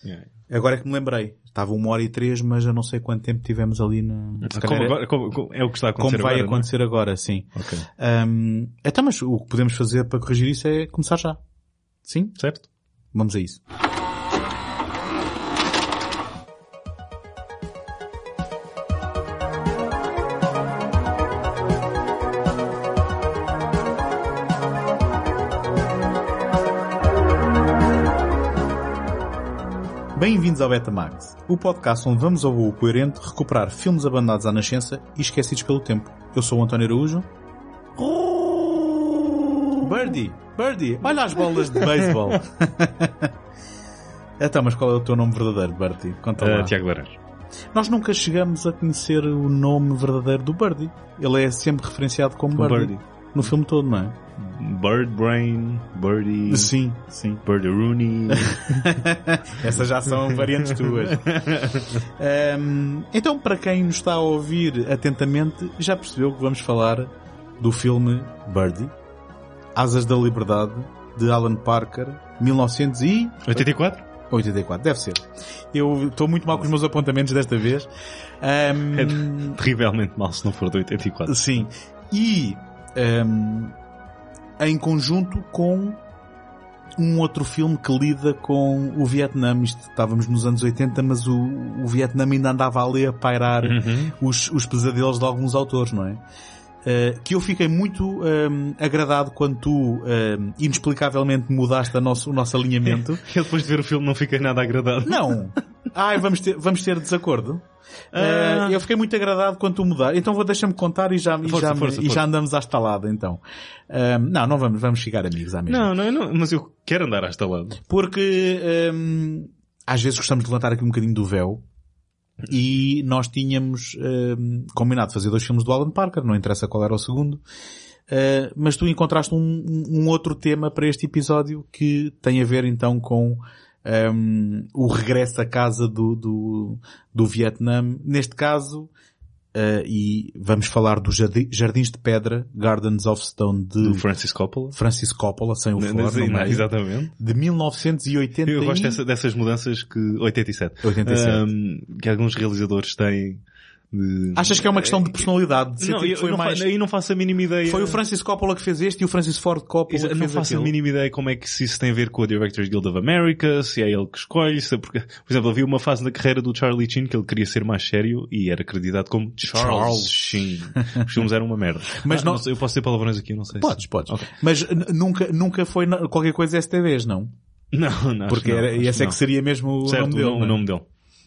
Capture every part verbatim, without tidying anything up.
Yeah. Agora é que me lembrei. Estava uma hora e três, mas eu não sei quanto tempo tivemos ali no... Como agora, como, como, é o que está a acontecer Como vai agora, acontecer não é? agora, sim. Ok. Um, então, mas o que podemos fazer para corrigir isso é começar já. Sim? Certo? Vamos a isso. Bem-vindos ao Betamax, o podcast onde vamos ao voo coerente recuperar filmes abandonados à nascença e esquecidos pelo tempo. Eu sou o António Araújo. Birdie, Birdie, olha as bolas de beisebol. Então, mas qual é o teu nome verdadeiro, Birdie? Conta lá. Uh, Tiago Laranjo. Nós nunca chegamos a conhecer o nome verdadeiro do Birdie. Ele é sempre referenciado como Com Birdie. Birdie. No filme todo, não é? Bird Brain, Birdie, Sim, sim. Birdie Rooney. Essas já são variantes tuas. Um, então, para quem nos está a ouvir atentamente, já percebeu que vamos falar do filme Birdie, Asas da Liberdade, de Alan Parker, mil novecentos e oitenta e quatro? oitenta e quatro, deve ser. Eu estou muito mal com os meus apontamentos desta vez. Um, É terrivelmente mal se não for de oitenta e quatro. Sim. E um, em conjunto com um outro filme que lida com o Vietnã. Isto, estávamos nos anos oitenta, mas o, o Vietnã ainda andava ali a pairar Uhum. os, os pesadelos de alguns autores, não é? Uh, que eu fiquei muito um, agradado quando tu um, inexplicavelmente mudaste a nosso, o nosso alinhamento. Eu depois de ver o filme não fiquei nada agradado. Não! Ai, vamos ter, vamos ter desacordo? Ah. Uh, eu fiquei muito agradado quando tu mudaste. Então vou deixar-me contar e já, e Força, já, força, e força. já andamos à estalada, então. Um, não, não vamos, vamos ficar amigos à mesma. Não, não, não, mas eu quero andar a este lado. Porque um, às vezes gostamos de levantar aqui um bocadinho do véu. E nós tínhamos um, combinado fazer dois filmes do Alan Parker, não interessa qual era o segundo, uh, mas tu encontraste um, um outro tema para este episódio que tem a ver então com um, o regresso à casa do, do, do Vietnã, neste caso, uh, e vamos falar dos Jardins de Pedra, Gardens of Stone, de Do Francis Coppola. Francis Coppola, sem o Não, for, não, no meio, exatamente. de mil novecentos e oitenta. Eu gosto dessa, dessas mudanças que... oitenta e sete. oitenta e sete. Um, que alguns realizadores têm... De... Achas que é uma questão de personalidade? De Não, sentir eu, que foi eu não mais... fa... aí não faço a mínima ideia. Foi o Francis Coppola que fez este e o Francis Ford Coppola Isso, que não fez faço aquilo. a mínima ideia como é que se isso tem a ver com a Directors Guild of America, se é ele que escolhe, se é porque... Por exemplo, havia uma fase na carreira do Charlie Sheen que ele queria ser mais sério e era acreditado como Charles, Charles. Sheen. Os filmes eram uma merda. Mas Ah, não- não sei, eu posso ter palavrões aqui, eu não sei. Podes, se... podes. Ok. Mas n- nunca, nunca foi na- qualquer coisa S T Vs, não? Não, não. Porque acho era, não, e acho esse é não. que seria mesmo o Certo, nome dele. o, não é? nome dele.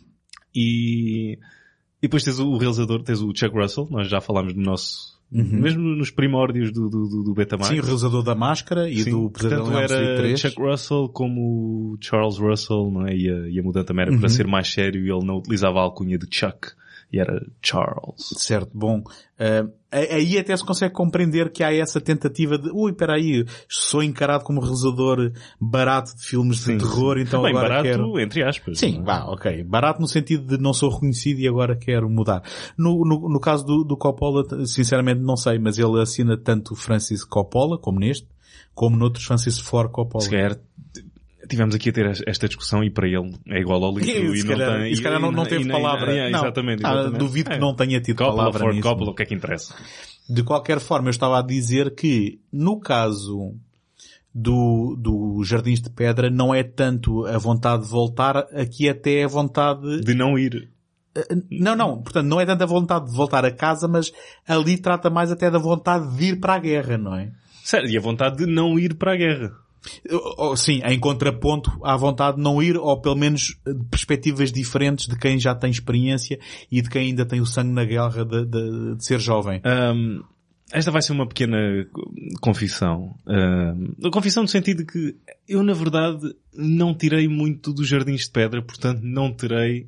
E... E depois tens o realizador, tens o Chuck Russell, nós já falámos no nosso, Uhum. mesmo nos primórdios do, do, do, do Betamax. Sim, o realizador da Máscara e Sim, do Pesadelo portanto em Elm Street era três. Chuck Russell como o Charles Russell, não é? E a, e a mudança também era Uhum. para ser mais sério e ele não utilizava a alcunha de Chuck. E era Charles. Certo, bom. Uh, aí até se consegue compreender que há essa tentativa de, ui, peraí, sou encarado como realizador barato de filmes Sim. de terror, então Bem, agora barato, quero... entre aspas. Sim, não é? vá, ok. Barato no sentido de não sou reconhecido e agora quero mudar. No, no, no caso do, do Coppola, sinceramente não sei, mas ele assina tanto Francis Coppola, como neste, como noutros Francis Ford Coppola. Se calhar tivemos aqui a ter esta discussão e para ele é igual ao livro E, e, se não calhar, tem... e se calhar não, não teve e- e- palavra. e- Não. Exatamente, Ah, exatamente. duvido que É. não tenha tido Coppola, palavra Ford nisso. Coppola, o que é que interessa? De qualquer forma, eu estava a dizer que, no caso do, do Jardins de Pedra, não é tanto a vontade de voltar, aqui até é a vontade... De não ir. Não, não, portanto, não é tanto a vontade de voltar a casa, mas ali trata mais até da vontade de ir para a guerra, não é? Sério, e a vontade de não ir para a guerra. Ou, sim, em contraponto à vontade de não ir, ou pelo menos de perspectivas diferentes de quem já tem experiência e de quem ainda tem o sangue na guerra de, de, de ser jovem. Um, esta vai ser uma pequena confissão. Um, confissão no sentido de que eu, na verdade, não tirei muito dos Jardins de Pedra, portanto não terei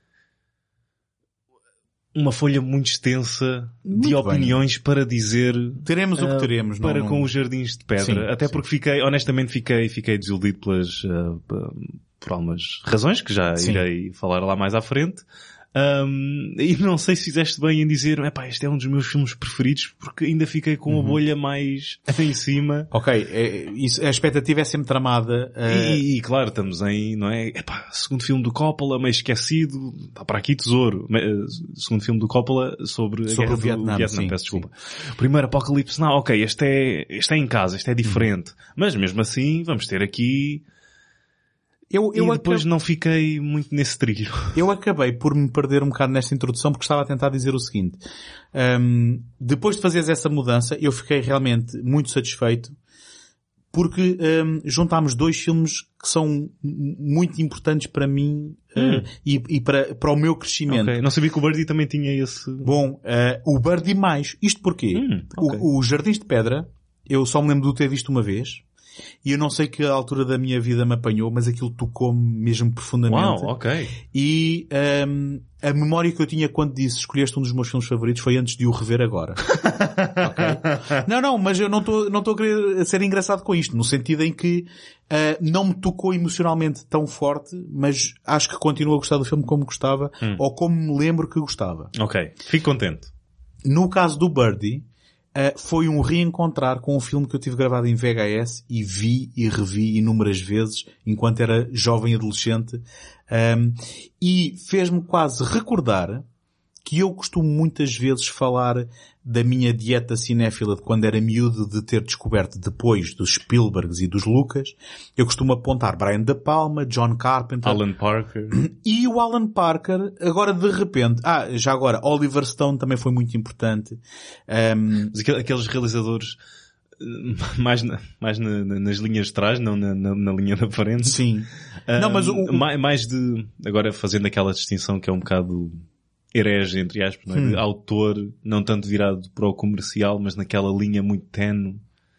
uma folha muito extensa Muito de bem. opiniões para dizer Teremos o que ah, teremos, não- para não- com os Jardins de Pedra. Sim, Até sim. porque fiquei, honestamente fiquei, fiquei desiludido pelas, ah, p- por algumas razões que já Sim. irei falar lá mais à frente. Um, e não sei se fizeste bem em dizer, epá, este é um dos meus filmes preferidos, porque ainda fiquei com a uhum. bolha mais em cima. Ok, é, isso, a expectativa é sempre tramada. Uh... E, e claro, estamos em, não é? Epá, segundo filme do Coppola, meio esquecido, está para aqui tesouro. Segundo filme do Coppola sobre, sobre a guerra o Vietnã, do Vietnã, sim, peço desculpa. Sim. Primeiro Apocalipse, não, ok, este é, este é em casa, este é diferente. Uhum. Mas mesmo assim, vamos ter aqui... Eu, eu e depois acab... não fiquei muito nesse trilho. Eu acabei por me perder um bocado nesta introdução porque estava a tentar dizer o seguinte. Um, depois de fazeres essa mudança, eu fiquei realmente muito satisfeito porque um, juntámos dois filmes que são muito importantes para mim hum. uh, e, e para, para o meu crescimento. Okay. Não sabia que o Birdie também tinha esse... Bom, uh, o Birdie mais. Isto porquê? Hum, okay. o, o Jardins de Pedra, eu só me lembro de o ter visto uma vez. E eu não sei que altura da minha vida me apanhou, mas aquilo tocou-me mesmo profundamente. Uau, ok. E um, a memória que eu tinha quando disse escolheste um dos meus filmes favoritos foi antes de o rever agora. Okay? Não, não, mas eu não estou não estou a querer ser engraçado com isto, no sentido em que uh, não me tocou emocionalmente tão forte, mas acho que continuo a gostar do filme como gostava, hum. ou como me lembro que gostava. Ok, fico contente. No caso do Birdie, Uh, foi um reencontrar com um filme que eu tive gravado em V H S e vi e revi inúmeras vezes enquanto era jovem adolescente, um, e fez-me quase recordar que eu costumo muitas vezes falar da minha dieta cinéfila de quando era miúdo, de ter descoberto depois dos Spielbergs e dos Lucas. Eu costumo apontar Brian De Palma, John Carpenter, Alan Parker e o Alan Parker. Agora de repente, ah, já agora Oliver Stone também foi muito importante. Um... Mas aqueles realizadores mais, na, mais na, nas linhas de trás, não na, na, na linha da frente. Sim. Um, não, mas o... mais de, agora fazendo aquela distinção que é um bocado herege, entre aspas, não é? De hum. autor, não tanto virado para o comercial, mas naquela linha muito tenue.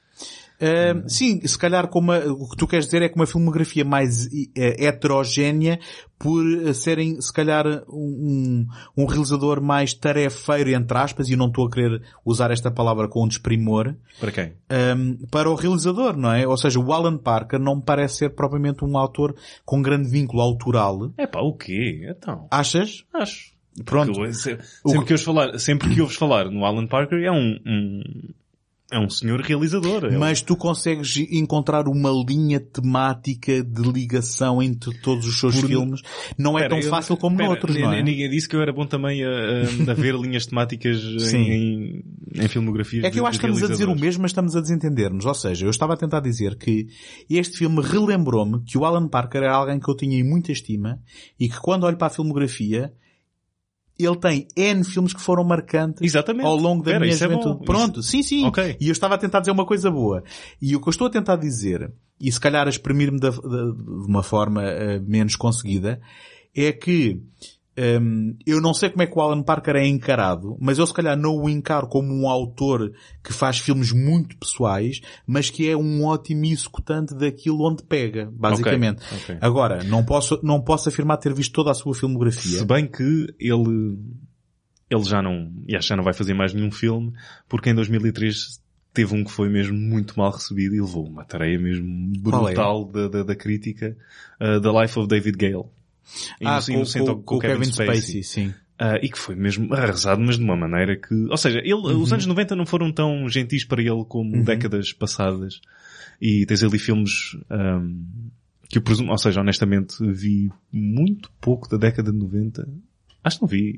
Uh, hum. Sim, se calhar com uma, o que tu queres dizer é com uma filmografia mais uh, heterogénea, por uh, serem, se calhar, um, um realizador mais tarefeiro, entre aspas, e eu não estou a querer usar esta palavra com um desprimor. Para quem? Um, para o realizador, não é? Ou seja, o Alan Parker não me parece ser propriamente um autor com grande vínculo autoral. É pá, o quê? Então. Achas? Acho. Pronto. Eu, sempre, sempre, que ouves falar, sempre que ouves falar no Alan Parker é um, um, é um senhor realizador. É Mas um... tu consegues encontrar uma linha temática de ligação entre todos os seus Por... filmes. Não é pera, tão fácil eu... como pera, noutros, não é? Ninguém disse que eu era bom também a, a, a ver linhas temáticas em, em, em filmografias. É que eu acho que estamos a dizer o mesmo, mas estamos a desentender-nos. Ou seja, eu estava a tentar dizer que este filme relembrou-me que o Alan Parker era alguém que eu tinha em muita estima e que quando olho para a filmografia ele tem N filmes que foram marcantes Exatamente. Ao longo da Pera, minha isso juventude. É Pronto, isso... sim, sim. Okay. E eu estava a tentar dizer uma coisa boa. E o que eu estou a tentar dizer, e se calhar a exprimir-me de, de, de uma forma uh, menos conseguida, é que um, eu não sei como é que o Alan Parker é encarado, mas eu se calhar não o encaro como um autor que faz filmes muito pessoais, mas que é um ótimo executante daquilo onde pega, basicamente. Okay. Okay. Agora, não posso, não posso afirmar ter visto toda a sua filmografia. Se bem que ele, ele já não, e acho que já não vai fazer mais nenhum filme, porque em dois mil e três teve um que foi mesmo muito mal recebido e levou uma tareia mesmo brutal é? da, da, da crítica, uh, The Life of David Gale. Ah, com, com, com, com Kevin, Kevin Spacey, Spacey sim. Uh, e que foi mesmo arrasado, mas de uma maneira que... Ou seja, ele, uhum. os anos noventa não foram tão gentis para ele como uhum. décadas passadas. E tens ali filmes um, que eu presumo... Ou seja, honestamente, vi muito pouco da década de noventa. Acho que não vi...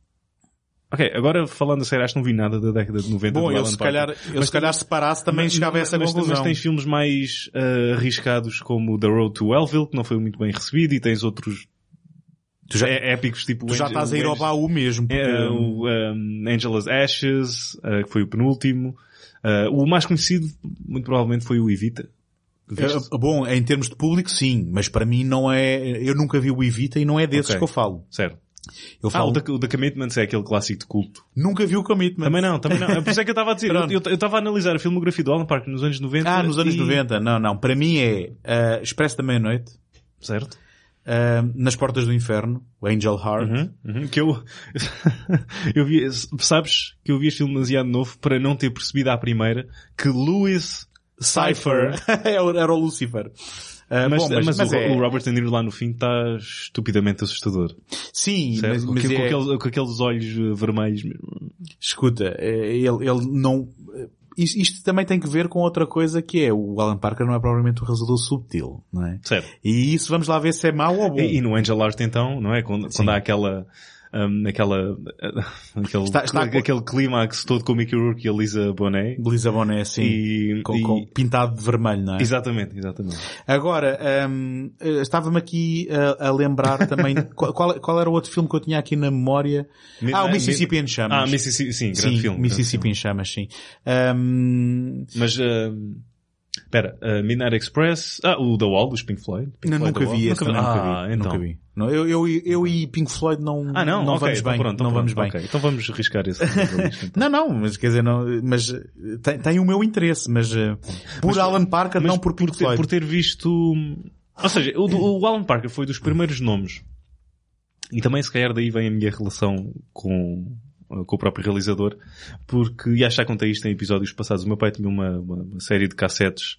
Ok, agora falando a sério, acho que não vi nada da década de noventa. Bom, eu se calhar, eu se calhar se parasse também mas, chegava a essa mas, conclusão. Mas tens filmes mais uh, arriscados como The Road to Wellville, que não foi muito bem recebido, e tens outros tu já, é, épicos tipo... Tu já Angel, estás a ir ao baú mesmo. Porque... É, o um, Angel as Ashes, uh, que foi o penúltimo. Uh, o mais conhecido, muito provavelmente, foi o Evita. É, bom, em termos de público, sim. Mas para mim não é... Eu nunca vi o Evita e não é desses okay. que eu falo. Certo. Eu falo... Ah, o The, o The Commitments é aquele clássico de culto. Nunca vi o Commitments. Também não, também não. É por isso é que eu estava a dizer. eu, eu, eu estava a analisar a filmografia do Alan Parker nos anos noventa. Ah, nos anos e... noventa. Não, não. Para mim é uh, Expresso da Meia-Noite. Certo. Uh, Nas Portas do Inferno. O Angel Heart. Uhum, uhum. Que eu... eu vi... Sabes que eu vi este filme demasiado novo para não ter percebido à primeira que Louis Cypher era o Lucifer. Uh, mas bom, mas, mas, mas o, é... o Robert De Niro lá no fim está estupidamente assustador. Sim, certo? mas, com, mas com, é... aqueles, com aqueles olhos vermelhos. Escuta, ele, ele não... Isto, isto também tem que ver com outra coisa que é, o Alan Parker não é propriamente um realizador subtil, não é? Certo. E isso vamos lá ver se é mau ou bom. E, e no Angel Art então, não é? Quando, quando há aquela... Um, aquela, aquele, está, está aquele clímax todo com o Mickey Rourke e a Lisa Bonet. Lisa Bonet, sim. E, com, e... com pintado de vermelho, não é? Exatamente, exatamente. Agora, um, estava-me aqui a, a lembrar também, qual, qual era o outro filme que eu tinha aqui na memória? Mi- Ah, o ah, Mississippi mi- em Chamas. Ah, Mississippi, sim, grande sim, filme. Mississippi grande em Chamas, sim. Um, Mas, uh, espera, uh, Midnight Express, ah, o The Wall, dos Pink Floyd. Pink não, Floyd nunca The Wall. vi esse, Nunca também nunca Ah, vi. então. Nunca vi. Não, eu, eu, eu e Pink Floyd não, Ah, não? não Ok, vamos então bem. pronto, então não vamos pronto, bem. ok. Então vamos riscar esse. lista, então. Não, não, mas quer dizer, não, mas tem, tem o meu interesse, mas uh, por Mas- Alan Parker, Mas não por Pink por ter, Floyd. por ter visto... Ou seja, o, o Alan Parker foi dos primeiros nomes. E também se calhar daí vem a minha relação com, com o próprio realizador. Porque, e acho que já contei isto em episódios passados, o meu pai tinha uma, uma, uma série de cassetes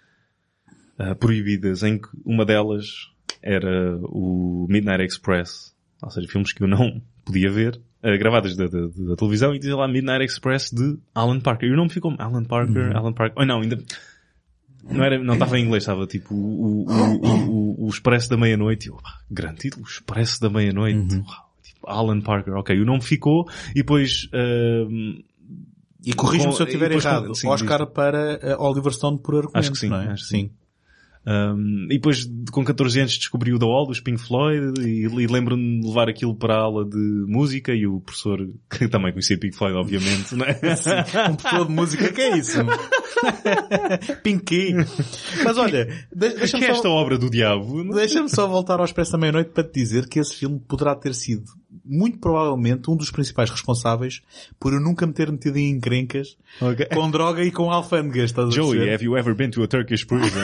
uh, proibidas, em que uma delas era o Midnight Express. Ou seja, filmes que eu não podia ver. Uh, gravadas da, da, da televisão, e dizia lá Midnight Express de Alan Parker. E o nome ficou Alan Parker, Uhum. Alan Parker. Oh não, ainda... Não era, não estava em inglês, estava tipo o, o, o, o, o Expresso da Meia-Noite. Eu, ah, grande título, o Expresso da Meia-Noite. Uhum. Uau, tipo, Alan Parker, ok. O nome ficou e depois... Uh, E corrija-me com- se eu estiver e depois errado. com- sim, Oscar diz. para uh, Oliver Stone por argumento, Acho que sim, não é? acho que sim. Um, e depois, com catorze anos, descobri o The Wall, dos Pink Floyd, e, e lembro-me de levar aquilo para a aula de música, e o professor, que também conhecia Pink Floyd, obviamente, não é? Sim, um professor de música, que é isso? Pinky. Mas olha, de- Que deixa-me é esta só, obra do diabo? não é? deixa-me só voltar ao Expresso da Meia-Noite para te dizer que esse filme poderá ter sido, muito provavelmente, um dos principais responsáveis por eu nunca me ter metido em encrencas Ok. com droga e com alfândegas, estás a Joey, perceber? have you ever been to a Turkish prison?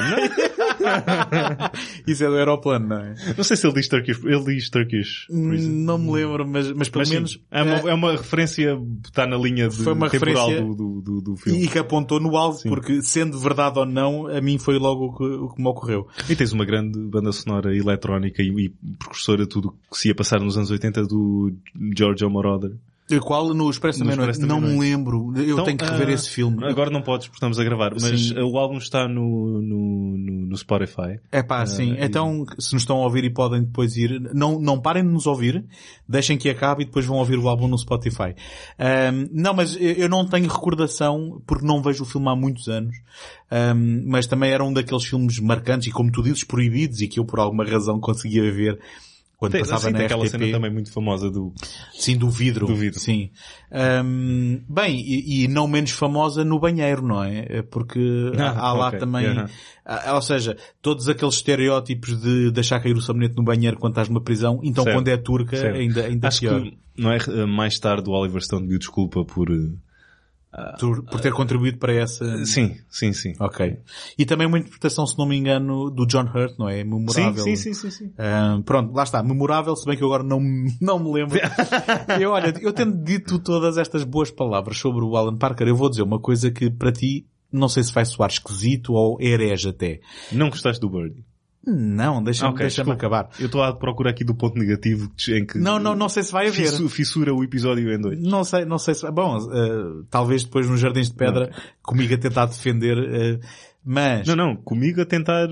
Isso é do aeroplano, não é? Não sei se ele diz Turkish, ele diz Turkish prison. Hum, Não me lembro, mas, mas pelo Mas sim, menos... é, uma, eh, é uma referência, está na linha de, Foi uma temporal referência- do, do, do, do filme. E que apontou no alvo, Sim. porque sendo verdade ou não, a mim foi logo o que, o que me ocorreu. E tens uma grande banda sonora eletrónica e, e precursora de tudo o que se ia passar nos anos oitenta do Giorgio Moroder. O qual no Expresso da No Meia-Noite? Expresso da Não me Meia-Noite. lembro. Eu Então, tenho que rever ah, esse filme. Agora não podes, porque estamos a gravar, mas Sim. o álbum está no, no, no, no Spotify. É pá, sim. Ah, Então, se nos estão a ouvir e podem depois ir, não, não parem de nos ouvir, deixem que acabe e depois vão ouvir o álbum no Spotify. Ahm, não, mas eu eu não tenho recordação, porque não vejo o filme há muitos anos, Ahm, mas também era um daqueles filmes marcantes e, como tu dizes, proibidos, e que eu por alguma razão conseguia ver quando Tem, passava sim, na tem aquela R T P. cena também muito famosa do... Sim, do vidro. Do vidro. Sim. Ahm, bem, e, e não menos famosa no banheiro, não é? É porque há, há lá ok, também, aham. há- ou seja, todos aqueles estereótipos de deixar cair o sabonete no banheiro quando estás numa prisão, então Certo, quando é turca, certo. ainda, ainda Acho pior. que, não é, eh, mais tarde o Oliver Stone pediu desculpa por... eh, Por, por ter contribuído para essa... Sim, sim, sim. Ok. E também uma interpretação, se não me engano, do John Hurt, não é? Memorável. Sim, sim, sim, sim, sim. Ah, pronto, lá está, memorável, se bem que eu agora não, me- não me lembro. eu, olha, eu tendo dito todas estas boas palavras sobre o Alan Parker, eu vou dizer uma coisa que para ti, não sei se vai soar esquisito ou herege até. Não gostaste do Birdie? Não, deixa-me Ok, deixa-me desculpa. acabar. Eu estou a procurar aqui do ponto negativo em que... Não, não, não sei se vai haver. fissu- Fissura o episódio em dois. Não sei, não sei se... Bom, ah, talvez depois nos Jardins de Pedra, comigo a tentar defender, ah, mas... Não, não, comigo a tentar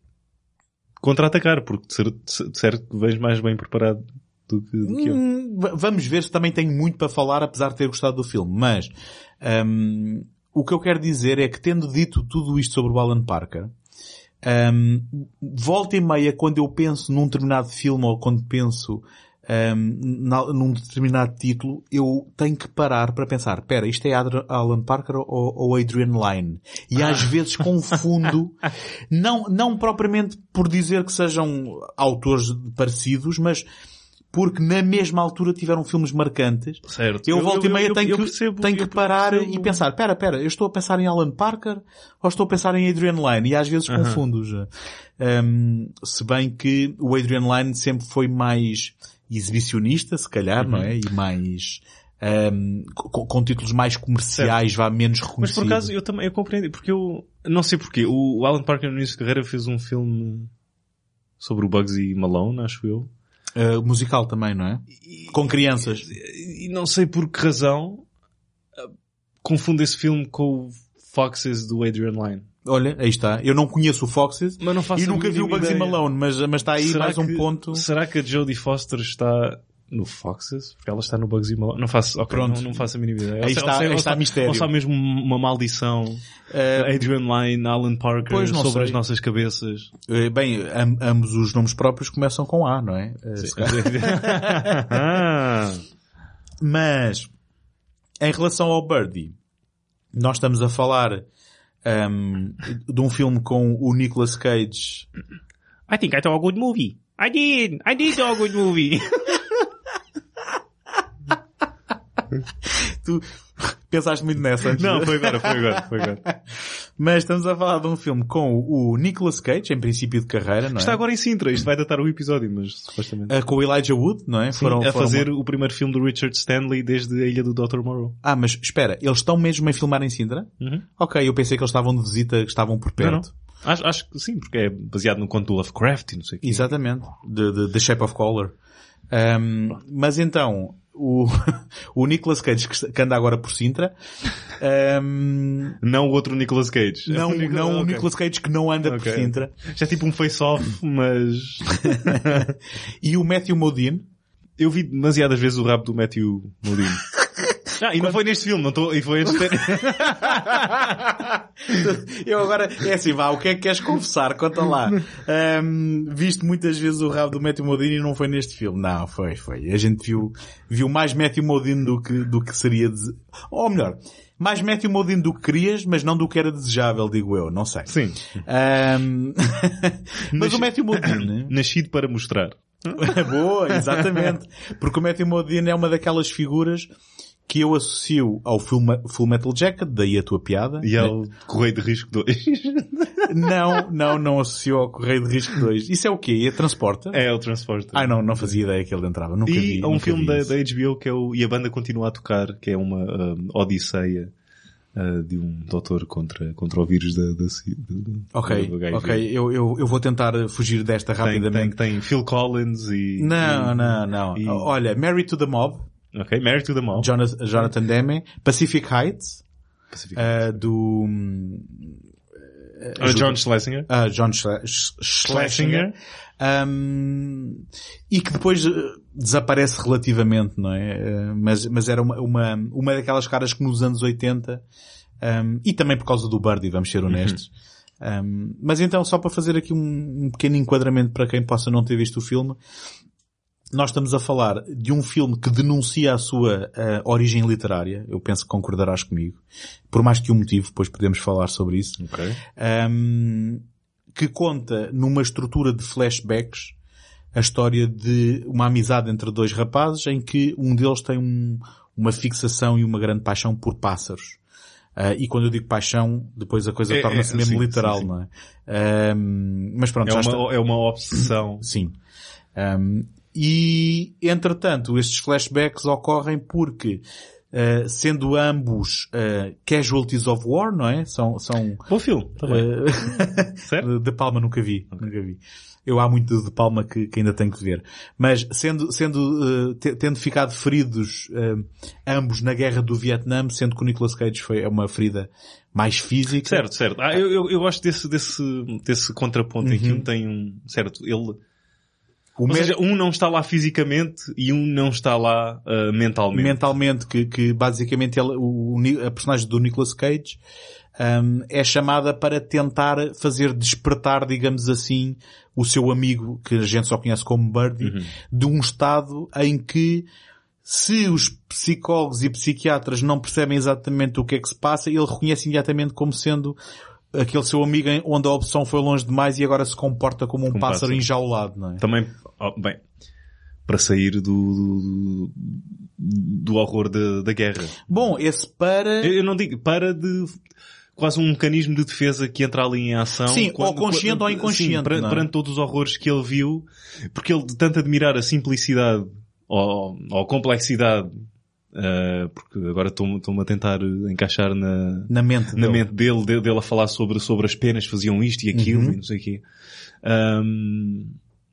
contra-atacar, porque de cer- de certo que vens mais bem preparado do que, do que eu. Hum, v- vamos ver se também tenho muito para falar, apesar de ter gostado do filme. Mas hum, o que eu quero dizer é que, tendo dito tudo isto sobre o Alan Parker, hum, volta e meia, quando eu penso num determinado filme ou quando penso hum, na- num determinado título, eu tenho que parar para pensar, espera, isto é Adra- Alan Parker ou, ou Adrian Lyne? E às vezes confundo, não, não propriamente por dizer que sejam autores parecidos, mas porque na mesma altura tiveram filmes marcantes. Certo. Eu, volta e meia eu- tenho eu que, percebo- tenho eu que parar percebo- e pensar, espera, espera, eu estou a pensar em Alan Parker ou estou a pensar em Adrian Lyne? E às vezes Aham. confundo já. Um, se bem que o Adrian Lyne sempre foi mais exibicionista, se calhar, não é? E mais um, com, com títulos mais comerciais, vá menos reconhecidos. Mas por acaso eu também eu compreendi, porque eu não sei porquê. O Alan Parker no início de carreira fez um filme sobre o Bugsy Malone, acho eu. Uh, musical também, não é? E, com crianças. E, e não sei por que razão uh, confundo esse filme com o Foxes do Adrian Lyne. Olha, aí está. Eu não conheço o Foxes mas não faço e nunca vi o Bugsy Malone, mas, mas está aí será mais que, um ponto. Será que a Jodie Foster está no Foxes? Porque ela está no Bugsy Malone. Não faço, okay, Pronto. Não, não faço a mínima ideia. Aí está, sei, aí está ou mistério. Ou só mesmo uma maldição. Uh, Adrian Lyne, Alan Parker, pois, sobre sei. as nossas cabeças. Uh, bem, am, ambos os nomes próprios começam com A, não é? Uh, mas, em relação ao Birdie, nós estamos a falar um, de um filme com o Nicolas Cage. I think I saw a good movie. I did! I did saw a good movie! Tu pensaste muito nessa antes? Não, foi agora, foi agora, foi agora. Mas estamos a falar de um filme com o Nicolas Cage, em princípio de carreira, não é? Está agora em Sintra, isto vai datar o episódio, mas supostamente. Uh, com o Elijah Wood, não é? Sim, foram, a foram fazer uma... o primeiro filme do Richard Stanley desde a Ilha do doutor Moreau. Ah, mas espera, eles estão mesmo a filmar em Sintra? Uhum. Ok, eu pensei que eles estavam de visita, que estavam por perto. Não, não. Acho, acho que sim, porque é baseado no conto do Lovecraft e não sei o quê. Exatamente. The, the, the Shape of Color. Um, mas então, o, o Nicolas Cage que anda agora por Sintra, um, não o outro Nicolas Cage. Não, é o, Nic- não okay. o Nicolas Cage que não anda okay. por Sintra. Já é tipo um face-off, mas... E o Matthew Modine. Eu vi demasiadas vezes o rabo do Matthew Modine. Ah, e não Quando... foi neste filme, não estou, e foi antes de ter... Eu agora, é assim, vá, o que é que queres confessar? Conta lá. Um, viste muitas vezes o rabo do Matthew Modine e não foi neste filme. Não, foi, foi. A gente viu, viu mais Matthew Modine do que, do que seria, de... ou melhor, mais Matthew Modine do que querias, mas não do que era desejável, digo eu, não sei. Sim. Um... mas Nasci... o Matthew Modine... Nascido para mostrar. Boa, exatamente. Porque o Matthew Modine é uma daquelas figuras que eu associo ao Full Metal Jacket, daí a tua piada. E ao Correio de Risco dois. Não, não, não associo ao Correio de Risco dois. Isso é o quê? É Transporta? É o Transporta. Ah, não, não fazia ideia que ele entrava. Nunca e vi. E há um nunca filme vi da, isso. da H B O que é o E a Banda Continua a Tocar, que é uma uh, odisseia uh, de um doutor contra, contra o vírus da, da, da, Ok, da ok. Eu, eu, eu vou tentar fugir desta tem, rapidamente. Tem, tem Phil Collins e... Não, e, não, não. E... Olha, Married to the Mob. Ok, Married to the Mob. Jonathan, Jonathan Demme. Pacific Heights. Pacific Heights. Uh, do... Uh, John Schlesinger. Uh, John Schle- Schlesinger. Um, e que depois desaparece relativamente, não é? Uh, mas, mas era uma, uma, uma daquelas caras que nos anos oitenta, um, e também por causa do Birdie, vamos ser honestos. Uhum. Um, mas então, só para fazer aqui um, um pequeno enquadramento para quem possa não ter visto o filme, nós estamos a falar de um filme que denuncia a sua uh, origem literária. Eu penso que concordarás comigo. Por mais que um motivo, depois podemos falar sobre isso. Okay. Um, que conta numa estrutura de flashbacks a história de uma amizade entre dois rapazes em que um deles tem um, uma fixação e uma grande paixão por pássaros. Uh, e quando eu digo paixão, depois a coisa é, torna-se é, mesmo sim, lim sim, sim. não é? Um, mas pronto, é, já uma, está... é uma obsessão. Sim. Um, E, entretanto, estes flashbacks ocorrem porque, uh, sendo ambos uh, casualties of war, não é? São... são bom filme, tá bem. Uh, certo? De Palma nunca vi, okay. nunca vi. Eu há muito de Palma que, que ainda tenho que ver. Mas, sendo, sendo, uh, te, tendo ficado feridos uh, ambos na guerra do Vietnã, sendo que o Nicolas Cage foi uma ferida mais física. Certo, certo. Ah, eu, eu, eu gosto desse, desse, desse contraponto uhum. em que um tem um, certo, ele... O Ou me... seja, um não está lá fisicamente e um não está lá uh, mentalmente. Mentalmente, que, que basicamente ele, o, a personagem do Nicolas Cage um, é chamada para tentar fazer despertar, digamos assim, o seu amigo, que a gente só conhece como Birdie, uhum. de um estado em que, se os psicólogos e psiquiatras não percebem exatamente o que é que se passa, ele reconhece imediatamente como sendo aquele seu amigo onde a opção foi longe demais e agora se comporta como um, um pássaro, pássaro enjaulado, não é? Também, oh, bem, para sair do, do, do horror da, da guerra. Bom, esse para... Eu, eu não digo, para de... quase um mecanismo de defesa que entra ali em ação. Sim, quando, ou consciente quando, ou inconsciente. Sim, perante, perante todos os horrores que ele viu, porque ele de tanto admirar a simplicidade ou, ou a complexidade Uh, porque agora estou-me a tentar encaixar na, na mente na dele, mente dele, dele, dele a falar sobre, sobre as penas, faziam isto e aquilo uhum. e não sei o quê. Um...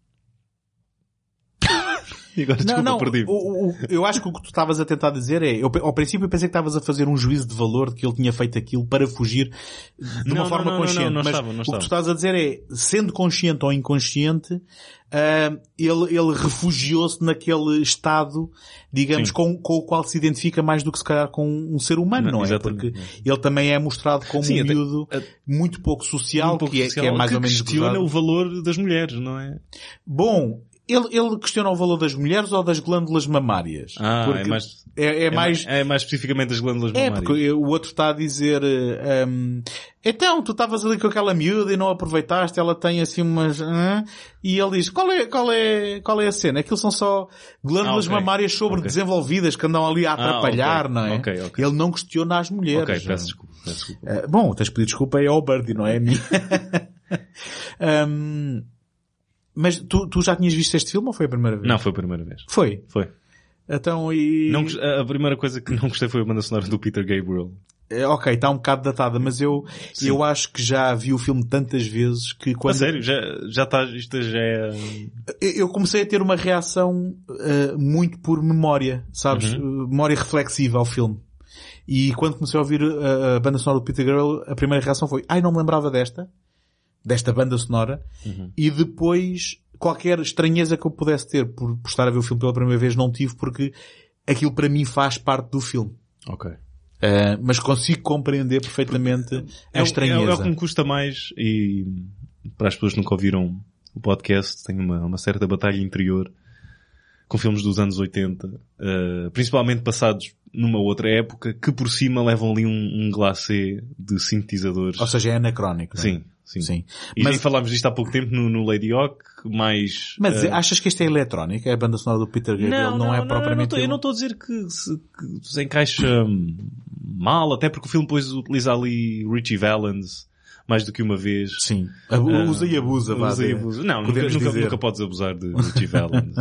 E agora, desculpa, não, não, perdi. O, o, eu acho que o que tu estavas a tentar dizer é, eu, ao princípio eu pensei que estavas a fazer um juízo de valor de que ele tinha feito aquilo para fugir de uma não, forma não, não, consciente. Não, não, não mas estava, não o que tu estás a dizer é, sendo consciente ou inconsciente, uh, ele, ele refugiou-se naquele estado, digamos, com, com o qual se identifica mais do que se calhar com um ser humano, não, não é? Exatamente. Porque ele também é mostrado como Sim, um até, miúdo a, muito pouco social, muito pouco que, social é, que é mais que ou menos questiona gozado. o valor das mulheres, não é? Bom, Ele, ele questiona o valor das mulheres ou das glândulas mamárias? Ah, porque é mais, é, é, é mais, é mais especificamente das glândulas é, mamárias. É, porque o outro está a dizer, um, então, tu estavas ali com aquela miúda e não aproveitaste, ela tem assim umas, uh, e ele diz, qual é, qual é, qual é a cena? Aquilo são só glândulas ah, okay. mamárias sobredesenvolvidas okay. que andam ali a atrapalhar, ah, okay. não é? Okay, okay. Ele não questiona as mulheres. Ok, peço desculpa. Peço desculpa. Uh, bom, tens pedido desculpa aí ao Birdie, não é a mim? um, Mas tu, tu já tinhas visto este filme ou foi a primeira vez? Não, foi a primeira vez. Foi? Foi. Então, e... Não, a primeira coisa que não gostei foi a banda sonora do Peter Gabriel. É, ok, está um bocado datada, mas eu, eu acho que já vi o filme tantas vezes que quando... A sério? Já, já está, isto já é... Eu comecei a ter uma reação uh, muito por memória, sabes? Uhum. Memória reflexiva ao filme. E quando comecei a ouvir a, a banda sonora do Peter Gabriel, a primeira reação foi, ai, não me lembrava desta. desta banda sonora, uhum. e depois qualquer estranheza que eu pudesse ter por, por estar a ver o filme pela primeira vez não tive, porque aquilo para mim faz parte do filme. Ok. Uh, mas consigo compreender perfeitamente é, a estranheza. É, é o que me custa mais, e para as pessoas que nunca ouviram o podcast, tenho uma, uma certa batalha interior com filmes dos anos oitenta, uh, principalmente passados numa outra época, que por cima levam ali um, um glacê de sintetizadores. Ou seja, é anacrónico. Não é? Sim. Sim. Sim. E mas, já falámos disto há pouco tempo no, no Lady Hawk, mais... Mas uh... achas que isto é eletrónico? É a banda sonora do Peter Gabriel? Não, não, não é não, propriamente... Não, eu não estou a dizer que se, que se encaixa mal, até porque o filme depois utiliza ali Richie Valens mais do que uma vez. Sim. Uh, usa e abusa. Usa e abusa. Não, nunca, nunca, nunca podes abusar de Richie Valens.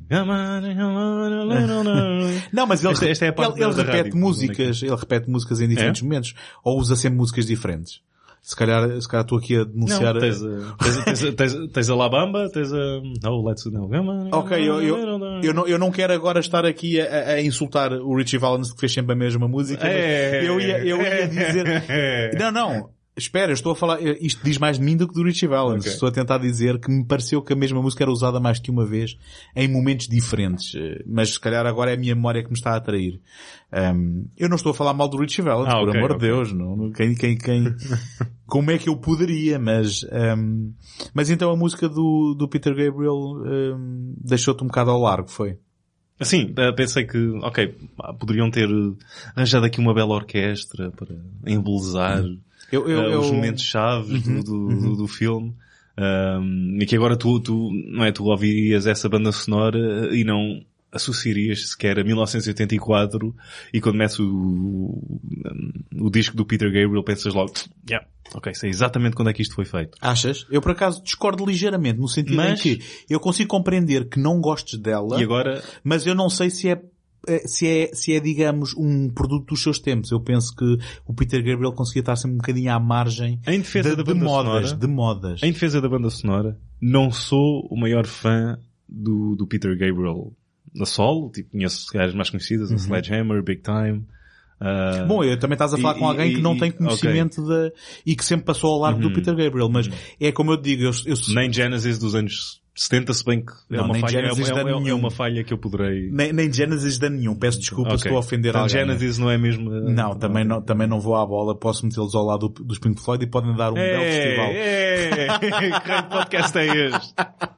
Não, mas ele, esta, esta é a parte ele, ele da repete rádio, músicas, ele repete músicas em diferentes é? momentos, ou usa sempre músicas diferentes. Se calhar, se calhar estou aqui a denunciar... Não, tens a, tens, tens, tens, tens a La Bamba, tens a... Oh, let's know. Ok, eu, eu, eu, não, eu não quero agora estar aqui a, a insultar o Richie Valens que fez sempre a mesma música. É, eu ia, eu ia dizer... É. Não, não. Espera, eu estou a falar... Isto diz mais de mim do que do Richie Valens. Okay. Estou a tentar dizer que me pareceu que a mesma música era usada mais que uma vez em momentos diferentes. Mas se calhar agora é a minha memória que me está a atrair. Um, eu não estou a falar mal do Richie Valens, ah, por okay, amor de okay. Deus. Não, quem, quem, quem... Como é que eu poderia? Mas, um, mas então a música do, do Peter Gabriel um, deixou-te um bocado ao largo, foi? Sim, pensei que, ok, poderiam ter arranjado aqui uma bela orquestra para embelezar... Hum. Eu, eu, uh, os eu... momentos chaves uhum, do, do, uhum. do, do filme. Um, e que agora tu, tu, não é, tu ouvias essa banda sonora e não associarias sequer a mil novecentos e oitenta e quatro e quando metes o, o, o disco do Peter Gabriel pensas logo, yeah, ok, sei exatamente quando é que isto foi feito. Achas? Eu por acaso discordo ligeiramente no sentido mas... em que eu consigo compreender que não gostes dela, e agora... mas eu não sei se é se é, se é, digamos, um produto dos seus tempos. Eu penso que o Peter Gabriel conseguia estar sempre um bocadinho à margem em defesa de, da banda de modas, sonora, de modas. Em defesa da banda sonora, não sou o maior fã do, do Peter Gabriel na solo. Tipo, conheço as mais conhecidas, uhum. a Sledgehammer, Big Time. Uh, Bom, eu também estás a falar e, com alguém e, que não e, tem conhecimento okay. de, e que sempre passou ao largo uhum. do Peter Gabriel, mas uhum. é como eu digo, eu, eu... Nem Genesis dos anos setenta, se bem que é, não, uma, falha, é, é, é uma falha que eu poderei... Nem, nem Genesis de nenhum, peço desculpa okay. se estou a ofender então, alguém. Genesis não é mesmo... Não, uh, também, não, também não vou à bola, posso metê-los ao lado do, dos Pink Floyd e podem dar um é, belo festival. É, que podcast é este?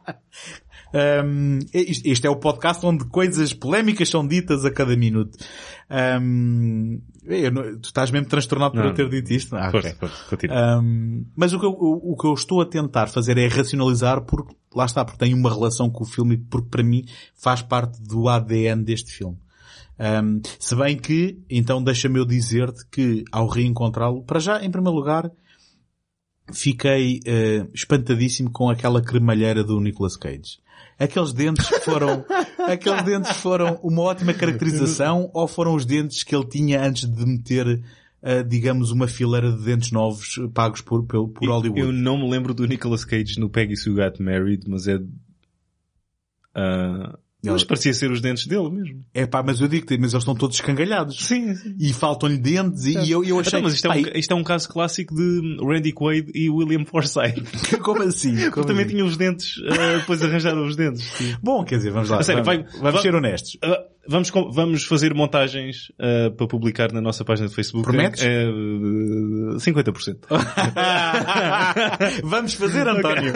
Um, este é o podcast onde coisas polémicas são ditas a cada minuto. Um, eu não, tu estás mesmo transtornado por não. eu ter dito isto? Ah, força, okay. força, um, mas o que, eu, o, o que eu estou a tentar fazer é racionalizar porque, lá está, porque tem uma relação com o filme, porque para mim faz parte do A D N deste filme. Um, se bem que, então deixa-me eu dizer-te que ao reencontrá-lo, para já, em primeiro lugar, fiquei uh, espantadíssimo com aquela cremalheira do Nicolas Cage. Aqueles dentes foram aqueles dentes foram uma ótima caracterização ou foram os dentes que ele tinha antes de meter, uh, digamos, uma fileira de dentes novos pagos por, por, por Hollywood? Eu não me lembro do Nicolas Cage no Peggy Sue Got Married, mas é... Uh... Mas parecia ser os dentes dele mesmo. É pá, mas eu digo-te, mas eles estão todos escangalhados. Sim, sim. E faltam-lhe dentes e, e eu, eu achei... Então, mas isto é, pá, um, isto é um caso clássico de Randy Quaid e William Forsythe. Como assim? Como Porque também assim? tinham os dentes, uh, depois arranjaram os dentes. Sim. Bom, quer dizer, vamos lá. A sério, vamos, vai, vamos vai, ser honestos. Uh, vamos, vamos fazer montagens uh, para publicar na nossa página de Facebook. Prometes? É, uh, cinquenta por cento. Vamos fazer, António.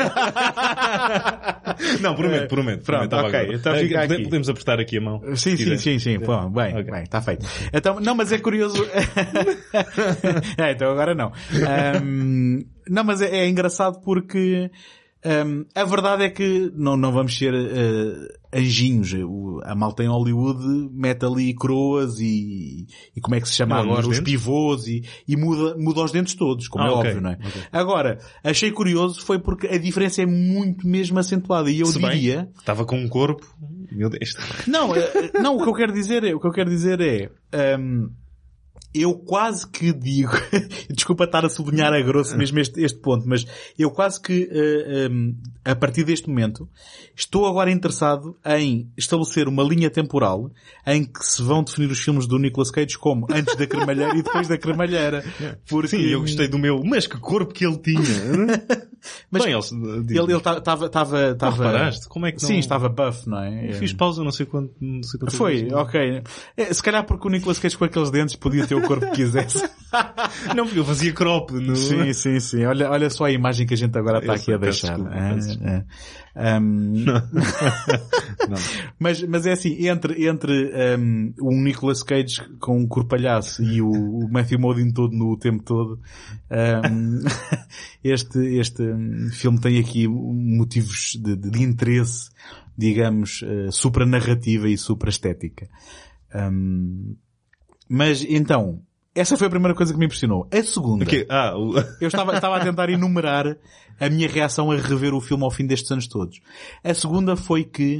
Não, prometo, prometo. Pronto, prometo, ok, agora. então fica Podemos, aqui. podemos apertar aqui a mão. Sim, sim, sim, sim. Bom, bem, Okay. bem, está feito. Então, não, mas é curioso. É, então agora não. Um, não, mas é, é engraçado porque um, a verdade é que não, não vamos ser uh, anjinhos. O, a malta em Hollywood mete ali coroas e, e como é que se chama não, agora? Os dentes? pivôs e, e muda, muda os dentes todos, como Ah, é okay. óbvio, não é? Okay. Agora, achei curioso foi porque a diferença é muito mesmo acentuada e eu Se bem, diria... estava com um corpo, meu Deus. Não, eh, não, o que eu quero dizer é, o que eu quero dizer é, um, eu quase que digo, desculpa estar a sublinhar a grosso mesmo este, este ponto, mas eu quase que, uh, um, a partir deste momento, estou agora interessado em estabelecer uma linha temporal em que se vão definir os filmes do Nicolas Cage como antes da cremalheira e depois da cremalheira. Porque... Sim, eu gostei do meu, mas que corpo que ele tinha. Mas bem, ele, ele estava, estava, estava... reparaste? Como é que não... Sim, estava buff, não é? Eu fiz pausa, não sei quanto, não sei quanto Foi, vezes. ok. É, se calhar porque o Nicolas Cage com aqueles dentes podia ter o corpo que quisesse. Não, porque eu fazia crop no... Sim, sim, sim. Olha, olha só a imagem que a gente agora está Eu aqui sei, a peço deixar. desculpa, Ah, peço desculpa. ah. Um... Não. Não. mas, mas é assim, entre, entre um, o Nicolas Cage com um corpalhaço e o, o Matthew Modine todo no tempo todo, um, este, este um, filme tem aqui motivos de, de, de interesse, digamos, uh, supranarrativa e supraestética. Um, mas então, essa foi a primeira coisa que me impressionou. A segunda, Okay. Ah, o... eu estava, estava a tentar enumerar a minha reação a rever o filme ao fim destes anos todos. A segunda foi que...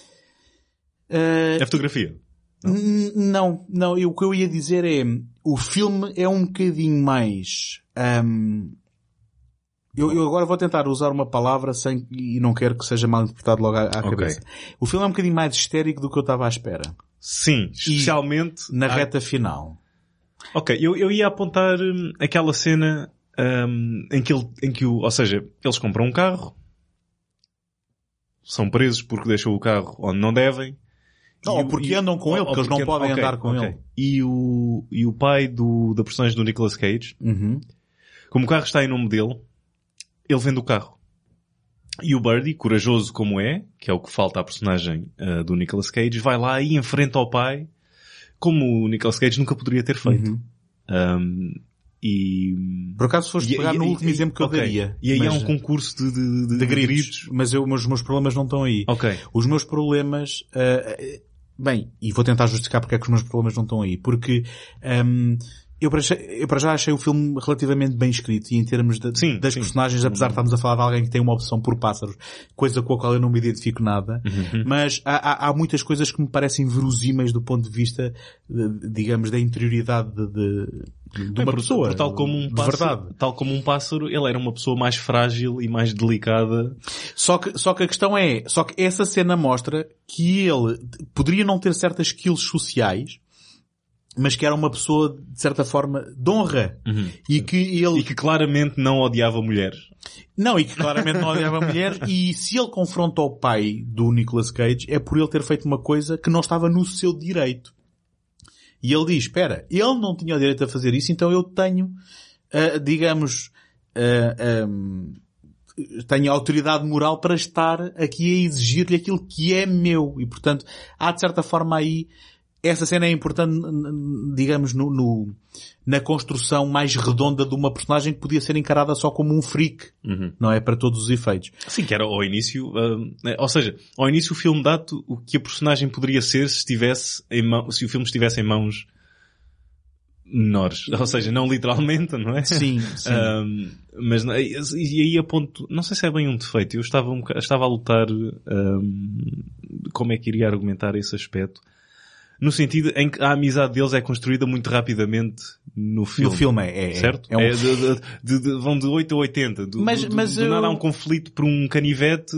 Uh, a fotografia. Não, não, não eu, o que eu ia dizer é, o filme é um bocadinho mais... Um, eu, eu agora vou tentar usar uma palavra sem, e não quero que seja mal interpretado logo à, à Okay. cabeça. O filme é um bocadinho mais histérico do que eu estava à espera. Sim, especialmente... Na à... reta final. Ok, eu, eu ia apontar hum, aquela cena hum, em que ele, em que o, ou seja, eles compram um carro, são presos porque deixam o carro onde não devem. Não, ou porque andam com ele, porque eles não podem andar com ele. E o, e o pai do, da personagem do Nicolas Cage, Uhum. como o carro está em nome dele, ele vende o carro. E o Birdie, corajoso como é, que é o que falta à personagem uh, do Nicolas Cage, vai lá e enfrenta o pai, como o Nicolas Cage nunca poderia ter feito. Uhum. Um, e... Por acaso foste e- pegar e- no e- último exemplo que ok. eu daria. E aí mas, há um concurso de, de, de, de gritos. gritos. Mas eu, os meus problemas não estão aí. Ok. Os meus problemas, uh, bem, e vou tentar justificar porque é que os meus problemas não estão aí. Porque, um, eu, para já, eu para já achei o filme relativamente bem escrito e em termos de, Sim, das sim. personagens, apesar de estarmos a falar de alguém que tem uma obsessão por pássaros, coisa com a qual eu não me identifico nada, Uhum. mas há, há, há muitas coisas que me parecem verosímeis do ponto de vista, de, digamos, da interioridade de, de, de Bem, uma por- pessoa. por tal como um de pássaro, verdade. tal como um pássaro, ele era uma pessoa mais frágil e mais delicada. Só que, só que a questão é, só que essa cena mostra que ele poderia não ter certas skills sociais, mas que era uma pessoa, de certa forma, de honra. Uhum. E que ele... E que claramente não odiava mulheres. Não, e que claramente não odiava a mulher. E se ele confronta o pai do Nicolas Cage, é por ele ter feito uma coisa que não estava no seu direito. E ele diz, espera, ele não tinha o direito a fazer isso, então eu tenho, uh, digamos, uh, um, tenho a autoridade moral para estar aqui a exigir-lhe aquilo que é meu. E, portanto, há de certa forma aí, essa cena é importante, digamos, no, no, na construção mais redonda de uma personagem que podia ser encarada só como um freak, Uhum. não é? Para todos os efeitos. Sim, que era ao início, uh, ou seja, ao início o filme dá-te o que a personagem poderia ser se estivesse em mão, se o filme estivesse em mãos menores. Ou seja, não literalmente, não é? Sim, sim. Um, mas, e aí a ponto, não sei se é bem um defeito, eu estava, um, estava a lutar, um, como é que iria argumentar esse aspecto, no sentido em que a amizade deles é construída muito rapidamente no filme. No filme, é. é certo? É um... é de, de, de, de, vão de oito a oitenta. Do, mas, do, mas do eu... nada há um conflito por um canivete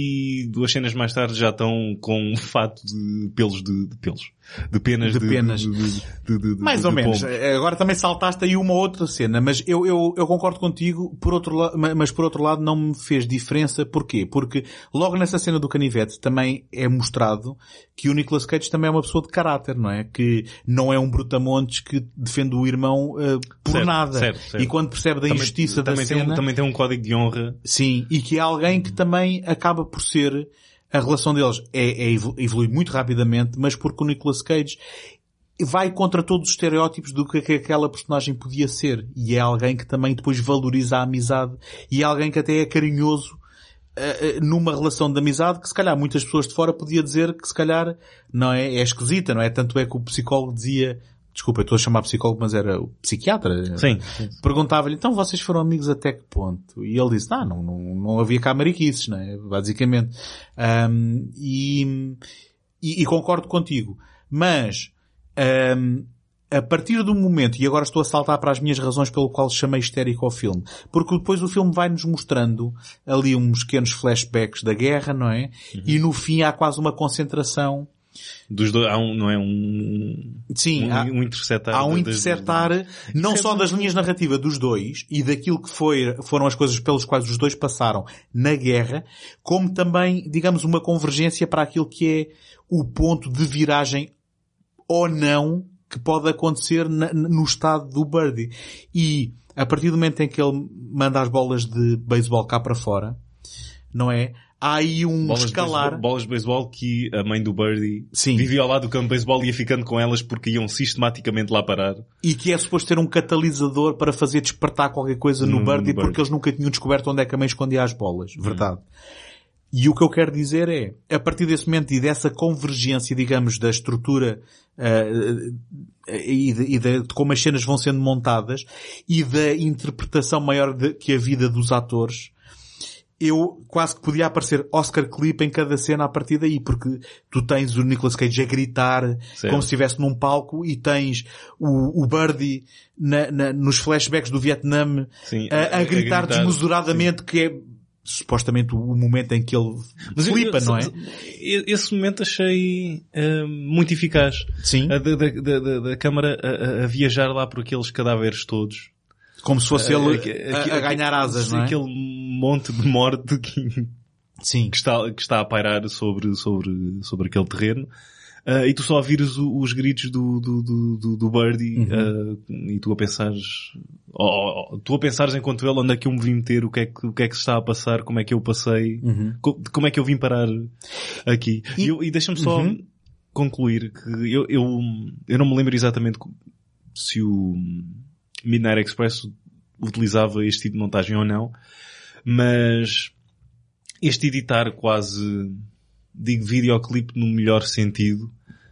e duas cenas mais tarde já estão com um fato de pelos de, de pelos. De penas de, de, penas. de, de, de, de, de mais de, ou de menos. pombo. Agora também saltaste aí uma outra cena, mas eu, eu, eu concordo contigo, por outro lado, mas por outro lado não me fez diferença. Porquê? Porque logo nessa cena do canivete também é mostrado que o Nicolas Cage também é uma pessoa de caráter, não é? Que não é um brutamontes que defende o irmão uh, por certo, nada. Certo, certo. E quando percebe da também, injustiça também da tem cena... Um, também tem um código de honra. Sim, e que é alguém que também acaba por ser... A relação deles é, é evolui muito rapidamente, mas porque o Nicolas Cage vai contra todos os estereótipos do que aquela personagem podia ser. E é alguém que também depois valoriza a amizade. E é alguém que até é carinhoso uh, uh, numa relação de amizade que se calhar muitas pessoas de fora podia dizer que se calhar não é, é esquisita, não é? Tanto é que o psicólogo dizia, desculpa, eu estou a chamar psicólogo, mas era o psiquiatra. Sim. Perguntava-lhe, então vocês foram amigos até que ponto? E ele disse, não, não, não, não havia cá mariquices, não é? Basicamente. Um, e, e, e concordo contigo. Mas, um, a partir do momento, e agora estou a saltar para as minhas razões pelo qual chamei histérico ao filme, porque depois o filme vai-nos mostrando ali uns pequenos flashbacks da guerra, não é? Uhum. E no fim há quase uma concentração dos dois, há um, não é um, sim, um, há, um interceptar. Há um interceptar, das, não isso só é das linhas narrativas dos dois e daquilo que foi, foram as coisas pelas quais os dois passaram na guerra, como também, digamos, uma convergência para aquilo que é o ponto de viragem ou não que pode acontecer na, no estado do Birdie. E a partir do momento em que ele manda as bolas de beisebol cá para fora, não é? Há aí um bolas escalar... De bolas de beisebol que a mãe do Birdie Sim. vivia ao lado do campo de beisebol e ia ficando com elas porque iam sistematicamente lá parar. E que é suposto ter um catalisador para fazer despertar qualquer coisa no, no Birdie, no porque Birdie. Eles nunca tinham descoberto onde é que a mãe escondia as bolas. Hum. Verdade. E o que eu quero dizer é, a partir desse momento e dessa convergência, digamos, da estrutura uh, e, de, e de, de como as cenas vão sendo montadas e da interpretação maior de, que a vida dos atores, eu quase que podia aparecer Oscar Clip em cada cena a partir daí, porque tu tens o Nicolas Cage a gritar certo. Como se estivesse num palco e tens o, o Birdie na, na, nos flashbacks do Vietnã sim, a, a, gritar a gritar desmesuradamente, sim. Que é supostamente o momento em que ele mas flipa, eu, eu, não é? Esse momento achei uh, muito eficaz. Sim. A da, da, da, da câmara a, a viajar lá por aqueles cadáveres todos. Como se fosse ele a, a, a ganhar asas, não é? Aquele monte de morte que, Sim. que, está, que está a pairar sobre, sobre, sobre aquele terreno. Uh, e tu só ouvires o, os gritos do, do, do, do Birdie, uhum. uh, e tu a pensares, oh, oh, tu a pensares enquanto ele, onde é que eu me vim meter, o que é que, o que é que se está a passar, como é que eu passei, uhum. co, como é que eu vim parar aqui. E, e, e deixa-me só uhum. concluir que eu, eu, eu não me lembro exatamente se o Midnight Express utilizava este tipo de montagem ou não, mas este editar quase, digo videoclipe no melhor sentido,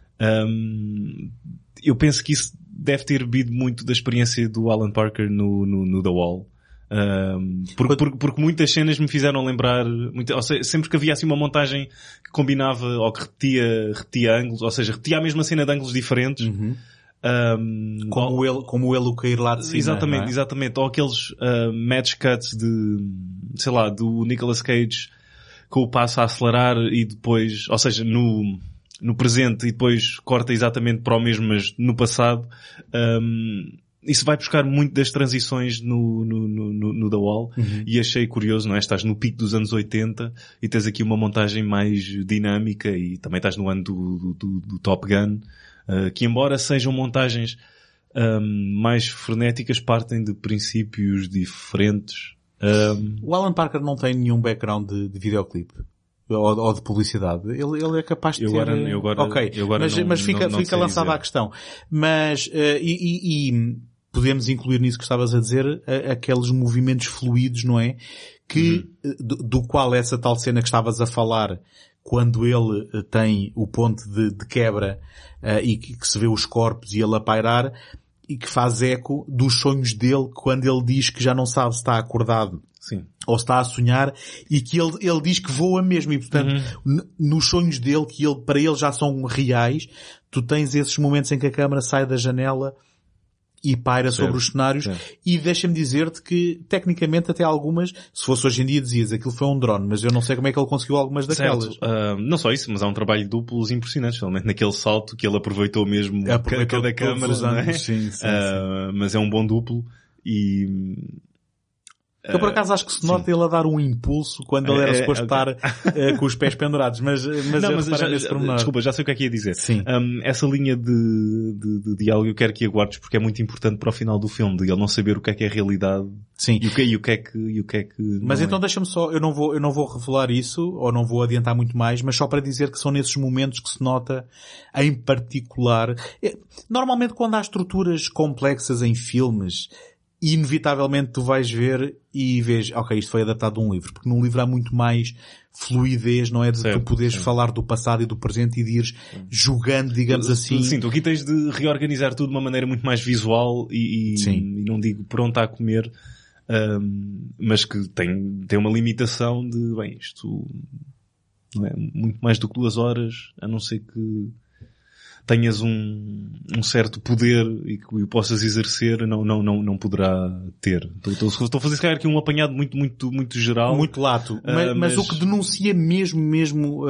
um, eu penso que isso deve ter bebido muito da experiência do Alan Parker no, no, no The Wall. Um, porque, porque, porque muitas cenas me fizeram lembrar, muito, ou seja, sempre que havia assim uma montagem que combinava ou que repetia, repetia ângulos, ou seja, repetia a mesma cena de ângulos diferentes. Uhum. Um, como, ou, ele, como ele o cair lá de cima. Exatamente, é? exatamente. Ou aqueles uh, match cuts de, sei lá, do Nicolas Cage com o passo a acelerar e depois, ou seja, no, no presente e depois corta exatamente para o mesmo, mas no passado. Um, isso vai buscar muito das transições no, no, no, no The Wall, uhum. E achei curioso, não é? Estás no pico dos anos oitenta e tens aqui uma montagem mais dinâmica e também estás no ano do, do, do Top Gun, uh, que embora sejam montagens um, mais frenéticas, partem de princípios diferentes. Um... O Alan Parker não tem nenhum background de, de videoclipe. Ou, ou de publicidade. Ele, ele é capaz de eu ter... Agora, eu agora, ok, eu agora mas, não, mas fica, não, não fica lançada a questão. Mas, uh, e, e, e podemos incluir nisso que estavas a dizer, a, aqueles movimentos fluidos, não é? Que, uhum. do, do qual essa tal cena que estavas a falar, quando ele tem o ponto de, de quebra uh, e que, que se vê os corpos e ele a pairar, e que faz eco dos sonhos dele quando ele diz que já não sabe se está acordado. Sim. Ou se está a sonhar, e que ele, ele diz que voa mesmo, e portanto, uhum. nos sonhos dele, que ele, para ele já são reais, tu tens esses momentos em que a câmara sai da janela e paira certo. Sobre os cenários, certo. E deixa-me dizer-te que, tecnicamente, até algumas, se fosse hoje em dia dizias, aquilo foi um drone, mas eu não sei como é que ele conseguiu algumas daquelas. Uh, não só isso, mas há um trabalho de duplos impressionante, especialmente naquele salto que ele aproveitou mesmo aproveitou cada câmara, os anos, não é? Sim, sim, uh, sim. Mas é um bom duplo e... Eu por acaso acho que se nota Sim. ele a dar um impulso quando ele era é, suposto okay. estar uh, com os pés pendurados, mas, mas, não, eu mas já, já, desculpa, já sei o que é que ia dizer. Sim. Um, essa linha de, de, de diálogo eu quero que aguardes porque é muito importante para o final do filme, de ele não saber o que é que é a realidade. Sim. E o que, e o que é que, e o que é que Mas então é. deixa-me só, eu não vou, eu não vou revelar isso, ou não vou adiantar muito mais, mas só para dizer que são nesses momentos que se nota, em particular, normalmente quando há estruturas complexas em filmes, inevitavelmente tu vais ver e vês, ok, isto foi adaptado de um livro, porque num livro há muito mais fluidez, não é? De certo, tu poderes sim. falar do passado e do presente e de ires jogando, digamos assim. Sim, tu aqui tens de reorganizar tudo de uma maneira muito mais visual e, e, e não digo pronto a comer, um, mas que tem, tem uma limitação de, bem, isto não é muito mais do que duas horas, a não ser que tenhas um, um certo poder e que o possas exercer, não, não, não, não poderá ter. Estou, estou a fazer, se calhar, aqui um apanhado muito, muito, muito geral. Muito lato. Uh, mas, mas... mas o que denuncia mesmo, mesmo uh,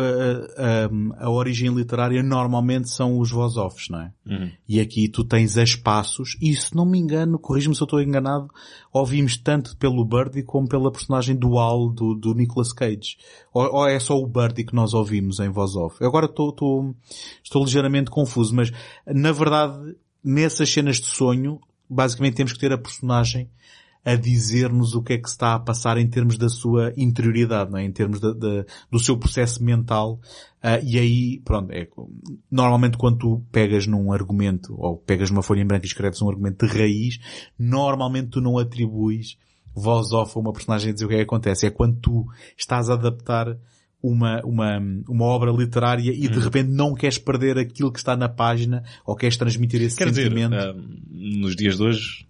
uh, a origem literária normalmente são os voz-offs, não é? Uhum. E aqui tu tens a espaços, e se não me engano, corrijo-me se eu estou enganado, ouvimos tanto pelo Birdie como pela personagem dual do, do Nicolas Cage. Ou, ou é só o Birdie que nós ouvimos em voz-off? Eu agora estou, estou, estou ligeiramente confuso, mas na verdade, nessas cenas de sonho, basicamente temos que ter a personagem a dizer-nos o que é que se está a passar em termos da sua interioridade, não é? Em termos de, de, do seu processo mental. Uh, e aí, pronto, é, normalmente quando tu pegas num argumento, ou pegas numa folha em branco e escreves um argumento de raiz, normalmente tu não atribuis voz off a uma personagem a dizer o que é que acontece. É quando tu estás a adaptar uma, uma, uma obra literária e de hum. repente não queres perder aquilo que está na página ou queres transmitir esse Quer sentimento. Dizer, uh, nos dias de hoje,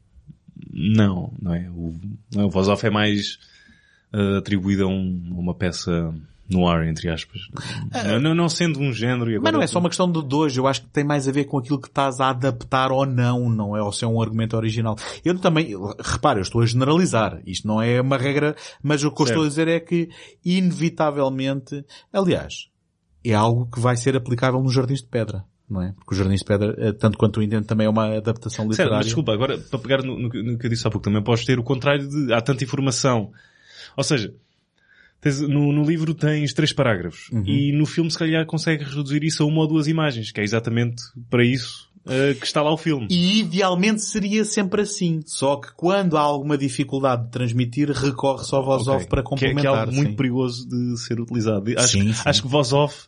não, não é? O, não é? O voz off é mais uh, atribuído a um, uma peça no ar, entre aspas. Ah, não, não sendo um género. E agora mas não é só uma questão de dois. Eu acho que tem mais a ver com aquilo que estás a adaptar ou não, não é? Ou se é um argumento original. Eu também, repara, eu estou a generalizar. Isto não é uma regra, mas o que eu estou a dizer é que, inevitavelmente, aliás, é algo que vai ser aplicável nos Jardins de Pedra. Não é? Porque o Jardins de Pedra, tanto quanto eu entendo, também é uma adaptação literária. Certo, mas desculpa, agora, para pegar no, no, no que eu disse há pouco, também podes ter o contrário de, há tanta informação. Ou seja, tens, no, no livro tens três parágrafos. Uhum. E no filme, se calhar, consegues reduzir isso a uma ou duas imagens, que é exatamente para isso uh, que está lá o filme. E idealmente seria sempre assim. Só que quando há alguma dificuldade de transmitir, recorre-se ao voz-off okay. para complementar. Que é, que é algo muito sim. perigoso de ser utilizado. Acho, sim, sim. acho que voz-off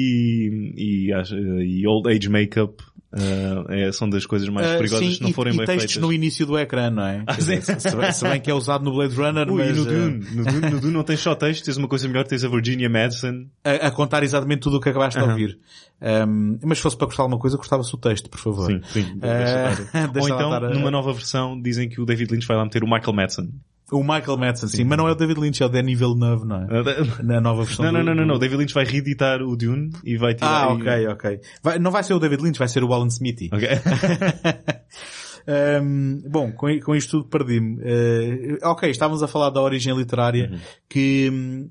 e, e, e old age makeup uh, é, são das coisas mais uh, perigosas sim, se não e, forem e bem textos feitas. No início do ecrã, não é? Ah, dizer, se, se, se bem que é usado no Blade Runner, Ui, mas... E no Dune, uh... no Dune, no Dune não tens só texto, tens uma coisa melhor, tens a Virginia Madsen a, a contar exatamente tudo o que acabaste uh-huh. de ouvir. Um, mas se fosse para gostar alguma coisa, gostava-se o texto, por favor. Sim, sim. Uh, Ou então, a... numa nova versão, dizem que o David Lynch vai lá meter o Michael Madsen. O Michael Madsen, sim. sim, mas não é o David Lynch, é o Danny Villeneuve, não é? Na nova versão. Não, não, não, do... não, não. O David Lynch vai reeditar o Dune e vai tirar... Ah, ok, e... ok. Vai, não vai ser o David Lynch, vai ser o Alan Smithy. Ok. um, bom, com, com isto tudo perdi-me. Uh, ok, estávamos a falar da origem literária, uhum. que... Um,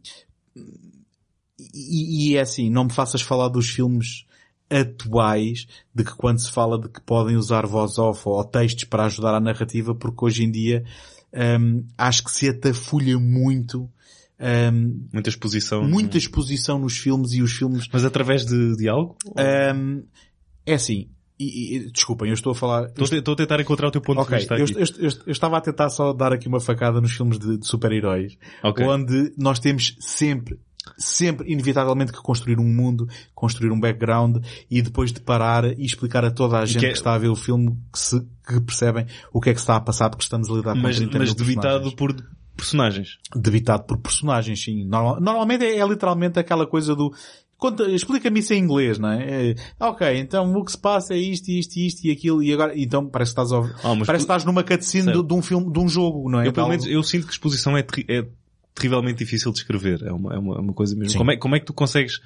e, e é assim, não me faças falar dos filmes atuais, de que quando se fala de que podem usar voz off ou textos para ajudar a narrativa, porque hoje em dia um, acho que se atafulha muito um, muita exposição muita exposição nos filmes e os filmes... Mas através de diálogo? Um, é assim, e, e, desculpem, eu estou a falar... Estou, estou a tentar encontrar o teu ponto okay, de vista eu, aqui. Eu, eu, eu estava a tentar só dar aqui uma facada nos filmes de, de super-heróis, okay. onde nós temos sempre sempre, inevitavelmente, que construir um mundo, construir um background e depois de parar e explicar a toda a gente que, é... que está a ver o filme que, se, que percebem o que é que está a passar porque estamos a lidar com mas, trinta mas mil debitado por personagens. Debitado por personagens, sim. Normal, normalmente é, é literalmente aquela coisa do conta, explica-me isso em inglês, não é? é? Ok, então o que se passa é isto, isto, isto e aquilo, e agora, então parece que estás, a, ah, parece tu... que estás numa cutscene de, de um filme, de um jogo, não é? Eu, pelo menos, eu sinto que a exposição é, ter, é terrivelmente difícil de escrever. É uma, é uma, uma coisa mesmo. Como é, como é que tu consegues,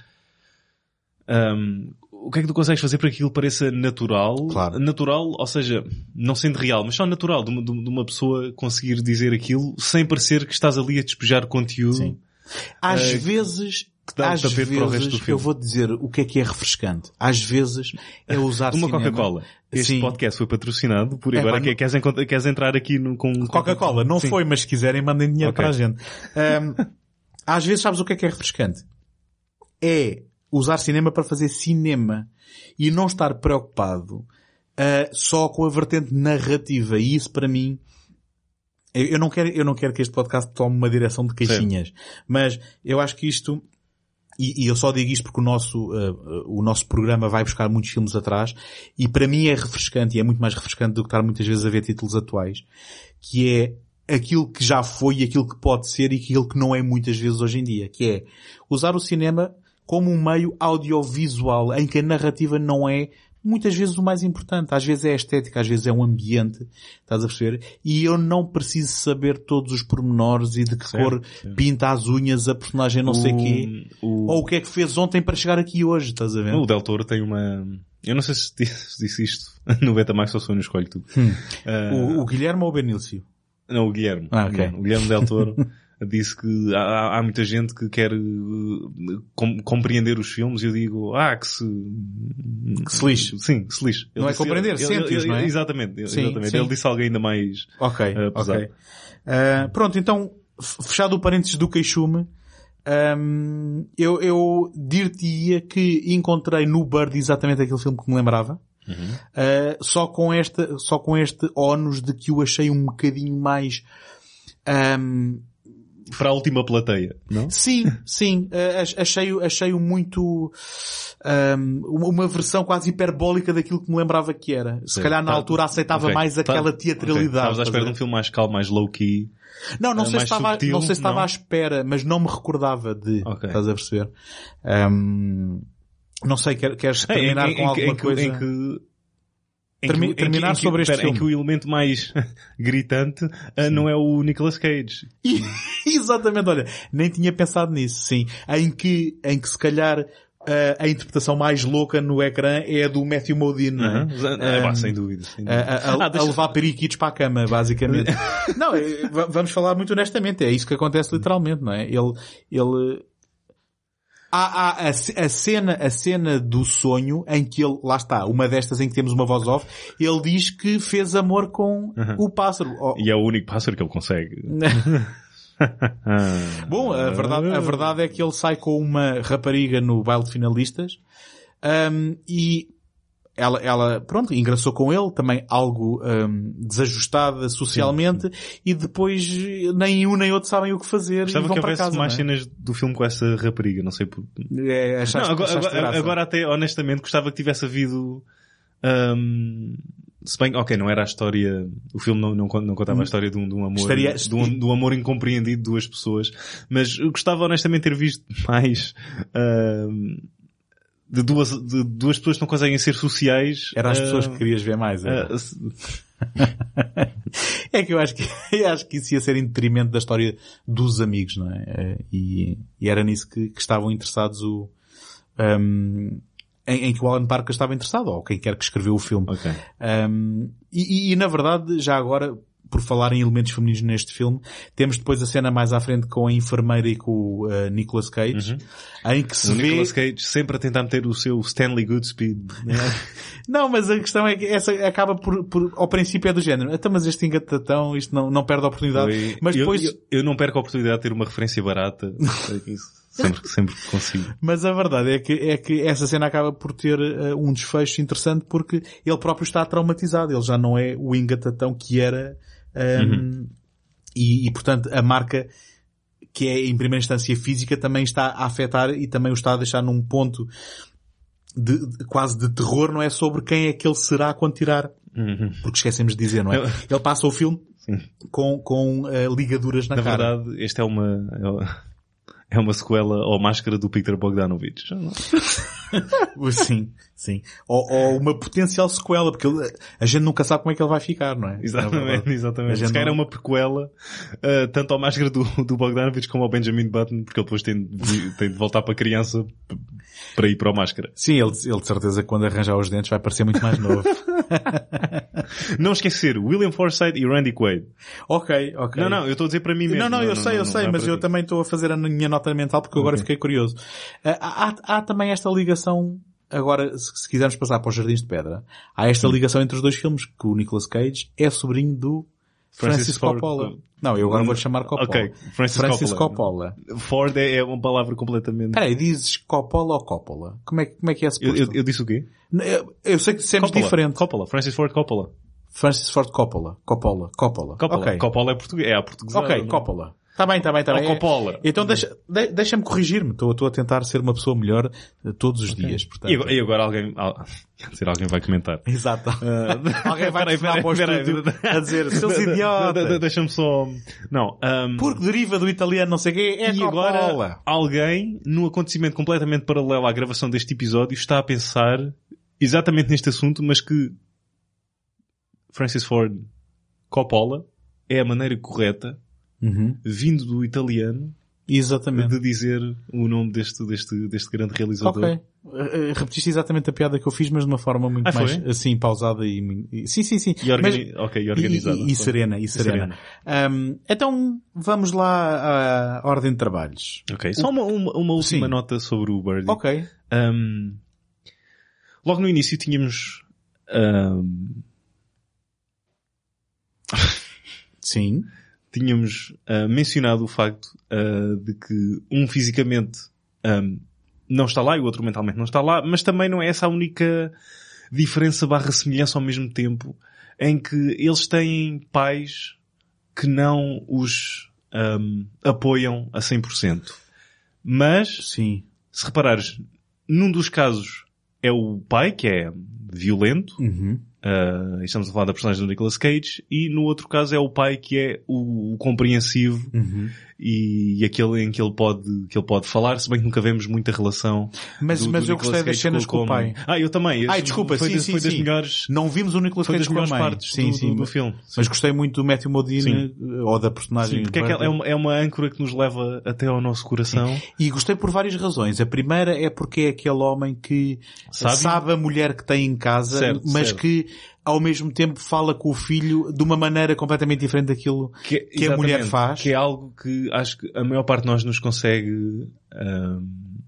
um, o que é que tu consegues fazer para que aquilo pareça natural? Claro. Natural, ou seja, não sendo real, mas só natural, de uma, de uma pessoa conseguir dizer aquilo sem parecer que estás ali a despejar conteúdo. Sim. Às uh, vezes, que dá às vezes, para o resto do filme. Eu vou dizer o que é que é refrescante. Às vezes é usar uma cinema. Coca-Cola. Este Sim. podcast foi patrocinado por, é, agora que, queres, queres entrar aqui no, com... Coca-Cola, não Sim. foi, mas se quiserem mandem dinheiro okay. para a gente. Um, às vezes sabes o que é que é refrescante? É usar cinema para fazer cinema e não estar preocupado uh, só com a vertente narrativa. E isso para mim, eu, eu não quero, eu não quero que este podcast tome uma direção de queixinhas, Sim. mas eu acho que isto, e, e eu só digo isto porque o nosso, uh, o nosso programa vai buscar muitos filmes atrás, e para mim é refrescante, e é muito mais refrescante do que estar muitas vezes a ver títulos atuais, que é aquilo que já foi e aquilo que pode ser e aquilo que não é muitas vezes hoje em dia, que é usar o cinema como um meio audiovisual em que a narrativa não é muitas vezes o mais importante. Às vezes é a estética, às vezes é um ambiente, estás a perceber? E eu não preciso saber todos os pormenores e de que certo, cor certo. pinta as unhas a personagem não o, sei quê. O... Ou o que é que fez ontem para chegar aqui hoje, estás a ver? O Del Toro tem uma... Eu não sei se disse isto no Beta Mais, só sou no escolho tu. Hum. Uh... O, o Guilherme ou o Benício? Não, o Guilherme. Ah, ok. O Guilherme Del Toro disse que há, há muita gente que quer uh, com, compreender os filmes e eu digo, ah, que se... Que se lixe. Sim, que se lixe. Não ele é disse, compreender, ele, sentes, ele, não é? Exatamente, sim, exatamente. Sim. Ele disse algo ainda mais Ok, uh, pesado. ok. Uh, pronto, então, fechado o parênteses do queixume, um, eu, eu dir-te-ia que encontrei no Bird exatamente aquele filme que me lembrava. Uhum. Uh, só com esta, só com este ónus de que o achei um bocadinho mais, um... para a última plateia, não? Sim, sim. Uh, achei-o, achei-o muito, um, uma versão quase hiperbólica daquilo que me lembrava que era. Se sim, calhar na tá, altura aceitava okay, mais aquela tá, teatralidade. Okay. Estavas à espera de um filme mais calmo, mais low-key. Não, não sei se estava, subtil, não sei se estava não? à espera, mas não me recordava de, okay. estás a perceber? Um, não sei, quer, queres terminar é, em, com em, alguma em, coisa? Em que... Termi- que, terminar em que, sobre este pera, filme. Em que o elemento mais gritante uh, não é o Nicolas Cage. Exatamente, olha, nem tinha pensado nisso, sim. Em que, em que se calhar uh, a interpretação mais louca no ecrã é a do Matthew Modine, não é? Uhum. Ah, um, sem dúvida. Sem dúvida. A, a, a, ah, deixa... a levar periquitos para a cama, basicamente. Não, vamos falar muito honestamente, é isso que acontece literalmente, não é? Ele, ele, Há, há a, a cena, a cena do sonho em que ele, lá está, uma destas em que temos uma voz off, ele diz que fez amor com uhum. o pássaro. Oh. E é o único pássaro que ele consegue. Bom, a verdade, a verdade é que ele sai com uma rapariga no baile de finalistas, um, e ela, ela, pronto, engraçou com ele, também algo um, desajustada socialmente, sim, sim. E depois nem um nem outro sabem o que fazer. Gostava e vão que para houvesse casa, mais é? cenas do filme com essa rapariga, não sei por... É, achaste, não, agora, achaste agora, agora até, honestamente, gostava que tivesse havido... Um, se bem, ok, não era a história... O filme não, não, não contava a história de um, de um amor... Estaria... De, um, de um amor incompreendido de duas pessoas. Mas eu gostava, honestamente, ter visto mais... Um, de duas, de duas pessoas que não conseguem ser sociais. Eram as uh, pessoas que querias ver mais, é? Uh, é que eu acho que, eu acho que isso ia ser em detrimento da história dos amigos, não é? E, e era nisso que, que estavam interessados o, um, em, em que o Alan Parker estava interessado, ou quem quer que escreveu o filme. Okay. Um, e, e, e na verdade, já agora, por falar em elementos femininos neste filme, temos depois a cena mais à frente com a enfermeira e com o uh, Nicolas Cage, uhum. em que se o vê... Nicolas Cage sempre a tentar meter o seu Stanley Goodspeed. Não, mas a questão é que essa acaba por, por ao princípio é do género. Então, mas este engatatão, isto não, não perde a oportunidade. Foi... Mas depois... Eu, eu, eu não perco a oportunidade de ter uma referência barata. sempre, sempre consigo. Mas a verdade é que, é que essa cena acaba por ter uh, um desfecho interessante porque ele próprio está traumatizado. Ele já não é o engatatão que era... Um, uhum. e, e portanto a marca que é em primeira instância física também está a afetar e também o está a deixar num ponto de, de quase de terror, não é, sobre quem é que ele será quando tirar, uhum. porque esquecemos de dizer, não é? Ele passa o filme com, com uh, ligaduras na, na cara. Na verdade, este é uma é uma sequela ou máscara do Peter Bogdanovich. Sim, sim. Ou, ou uma potencial sequela, porque ele, a gente nunca sabe como é que ele vai ficar, não é? Exatamente, é exatamente. Se não... calhar é uma prequela, uh, tanto ao máscara do, do Bogdanovich como ao Benjamin Button, porque ele depois tem de, tem de voltar para a criança para ir para o máscara. Sim, ele, ele de certeza que quando arranjar os dentes vai parecer muito mais novo. Não esquecer, William Forsythe e Randy Quaid. Ok, ok. Não, não, eu estou a dizer para mim mesmo. Não, não, eu não, sei, não, eu não, sei, não mas eu ti. também estou a fazer a minha nota mental porque eu agora okay. fiquei curioso. Uh, há, há também esta ligação, agora, se, se quisermos passar para os Jardins de Pedra, há esta Sim. ligação entre os dois filmes, que o Nicolas Cage é sobrinho do Francis, Francis Coppola. Ford. Não, eu agora vou chamar Coppola. Ok, Francis, Francis Coppola. Coppola. Ford é, é uma palavra completamente... Peraí, dizes Coppola ou Coppola? Como é, como é que é suposto? Eu, eu, eu disse o quê? Eu, eu sei que dissemos Coppola. diferente. Coppola, Francis Ford Coppola. Francis Ford Coppola. Coppola. Coppola. Coppola. Okay. Coppola é português, é a portuguesada. Ok, não? Coppola. Tá bem, tá bem, tá Ou bem. Coppola. Então deixa, de, deixa-me corrigir-me. Estou, estou a tentar ser uma pessoa melhor todos os okay. dias. Portanto... E, agora, e agora alguém, quer dizer, alguém vai comentar. Exato. Uh, alguém vai para o estúdio a dizer, seus idiotas. Deixa-me só... Não. Um... Porque deriva do italiano não sei o quê, é e Coppola. Agora alguém, num acontecimento completamente paralelo à gravação deste episódio, está a pensar exatamente neste assunto, mas que Francis Ford Coppola é a maneira correta, uhum. vindo do italiano, exatamente, de dizer o nome deste, deste, deste grande realizador. Ok. Uh, repetiste exatamente a piada que eu fiz, mas de uma forma muito ah, mais, assim, pausada e, e sim, sim, sim. E, organi- mas, okay, e organizada. E, e, e serena, e serena. serena. Um, então, vamos lá à ordem de trabalhos. Ok. Só uma, uma, uma última sim. nota sobre o Birdie. Ok. Um, logo no início tínhamos, um, sim. Tínhamos uh, mencionado o facto uh, de que um fisicamente um, não está lá e o outro mentalmente não está lá, mas também não é essa a única diferença barra semelhança ao mesmo tempo, em que eles têm pais que não os um, apoiam a cem por cento. Mas, sim. se reparares, num dos casos é o pai que é violento, uhum. Uh, estamos a falar da personagem do Nicolas Cage, e no outro caso é o pai que é o, o compreensivo uhum. e, e aquele em que ele pode, que ele pode falar, se bem que nunca vemos muita relação. Mas, do, mas do eu gostei das cenas com o pai. Ah, eu também. Ai, desculpa, foi sim, das, sim, foi das sim. melhores. Não vimos o Nicolas Cage com a mãe. Partes sim, do, sim, do, do filme. Mas gostei muito do Matthew Modine, ou da personagem. Sim, porque é, é, uma, é uma âncora que nos leva até ao nosso coração. Sim. E gostei por várias razões. A primeira é porque é aquele homem que sabe, sabe a mulher que tem em casa, certo, mas certo. que ao mesmo tempo fala com o filho de uma maneira completamente diferente daquilo que, que a mulher faz. Que é algo que acho que a maior parte de nós nos consegue... Um,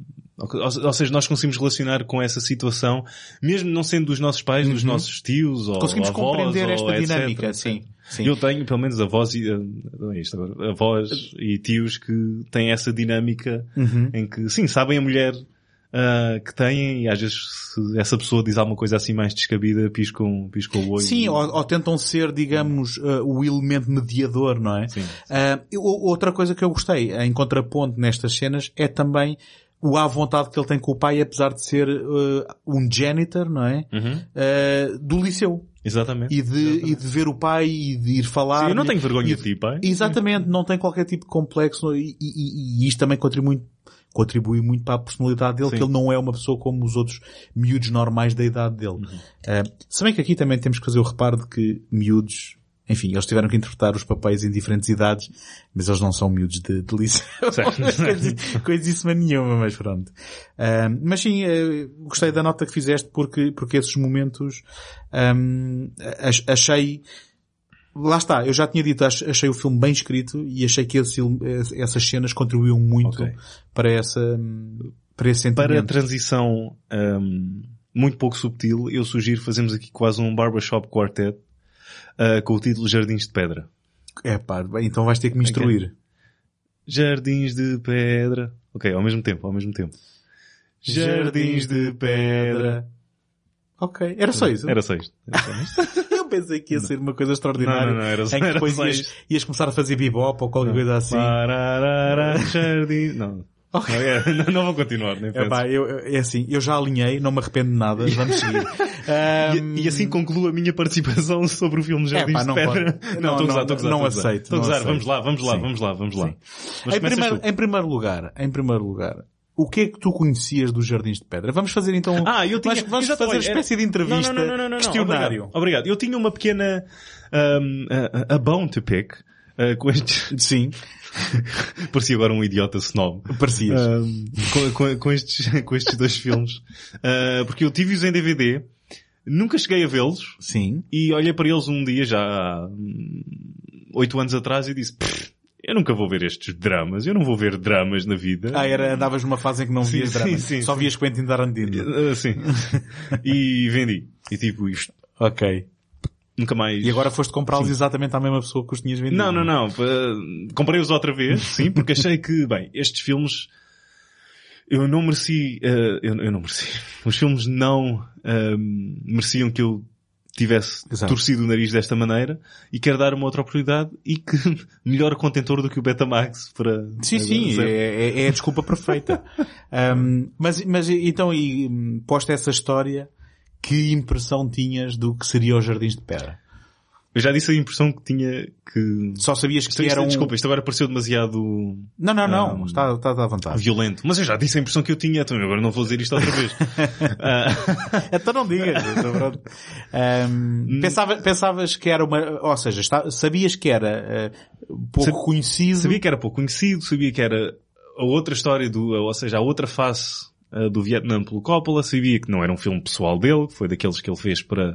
ou seja, nós conseguimos relacionar com essa situação, mesmo não sendo dos nossos pais, dos uhum. nossos tios ou conseguimos avós, compreender ou esta etcétera dinâmica, sim, sim. Eu tenho, pelo menos, avós e, uh, isto agora, avós e tios que têm essa dinâmica uhum. em que, sim, sabem a mulher uh, que têm e às vezes se essa pessoa diz alguma coisa assim mais descabida, piscam, piscam o olho. Sim, e... ou, ou tentam ser, digamos, uh, o elemento mediador, não é? Sim. Uh, outra coisa que eu gostei, em contraponto nestas cenas, é também o à vontade que ele tem com o pai, apesar de ser uh, um janitor, não é? Uhum. Uh, do liceu. Exatamente. E de, Exatamente. E de ver o pai e de ir falar. Sim, eu não tenho vergonha de, de ti, pai. Exatamente, não tem qualquer tipo de complexo e, e, e isto também contribui, contribui muito para a personalidade dele, Sim. que ele não é uma pessoa como os outros miúdos normais da idade dele. Uhum. Uh, se bem que aqui também temos que fazer o reparo de que miúdos, enfim, eles tiveram que interpretar os papéis em diferentes idades, mas eles não são miúdos de, de liceu. Coisíssima nenhuma, mas pronto. Uh, mas sim, uh, gostei da nota que fizeste porque, porque esses momentos, um, achei, lá está, eu já tinha dito, achei o filme bem escrito e achei que esse, essas cenas contribuíam muito okay. para essa, para esse sentimento. Para a transição, um, muito pouco subtil, eu sugiro fazermos aqui quase um barbershop quartet. Uh, com o título Jardins de Pedra. É pá, então vais ter que me instruir. Okay. Jardins de Pedra. Ok, ao mesmo tempo, ao mesmo tempo. Jardins de Pedra. Ok, era só isso? Era só isto. Era só isto. Eu pensei que ia ser uma coisa extraordinária. Não, não, não, era só, em que era depois só ias, isto. ias começar a fazer bebop ou qualquer não. coisa assim. Pararara, jardins... Não. Okay. Não, é, não, não vou continuar, nem é, pá, eu, é assim, eu já alinhei, não me arrependo de nada, vamos seguir. Um... E, e assim concluo a minha participação sobre o filme Jardins é, pá, de Pedra. Pode... Não, estou a gozar, estou a gozar. Não aceito. Estou a gozar, vamos lá, vamos lá, vamos lá, vamos lá. Em primeiro, em primeiro lugar, em primeiro lugar, o que é que tu conhecias dos Jardins de Pedra? Vamos fazer então... Ah, eu tinha... Vamos, vamos Exato, fazer uma espécie era... de entrevista, não, não, não, não, não, questionário. Obrigado. Obrigado. Eu tinha uma pequena... Um, a, a bone to pick uh, com estes... Sim. Parecia agora um idiota snob. Parecias. Um, com, com, com, estes, com estes dois filmes. Uh, porque eu tive-os em D V D, nunca cheguei a vê-los. Sim. E olhei para eles um dia já há oito anos atrás e disse... Eu nunca vou ver estes dramas. Eu não vou ver dramas na vida. Ah, era, andavas numa fase em que não sim, vias sim, dramas. sim, Só sim. vias Quentin Tarantino. Uh, sim. E vendi. E tipo isto. Ok. Nunca mais... E agora foste comprá-los sim. exatamente à mesma pessoa que os tinhas vendido? Não, não, não. Uh, comprei-os outra vez, sim, porque achei que, bem, estes filmes... Eu não mereci... Uh, eu, eu não mereci. Os filmes não uh, mereciam que eu tivesse Exato. torcido o nariz desta maneira e quero dar uma outra oportunidade e que melhor contentor do que o Betamax para... Sim, sim, é, é a desculpa perfeita. um, mas, mas então, e posta essa história, que impressão tinhas do que seria os Jardins de Pedra? Eu já disse a impressão que tinha que... Só sabias que isto, era um... Desculpa, isto agora pareceu demasiado... Não, não, não. Um, está, está à vontade. Violento. Mas eu já disse a impressão que eu tinha, então agora não vou dizer isto outra vez. uh... Então não digas. um, pensava, pensavas que era uma... Ou seja, está, sabias que era uh, pouco Sab... conhecido... Sabia que era pouco conhecido, sabia que era a outra história do... Ou seja, a outra face uh, do Vietnã pelo Coppola, sabia que não era um filme pessoal dele, que foi daqueles que ele fez para...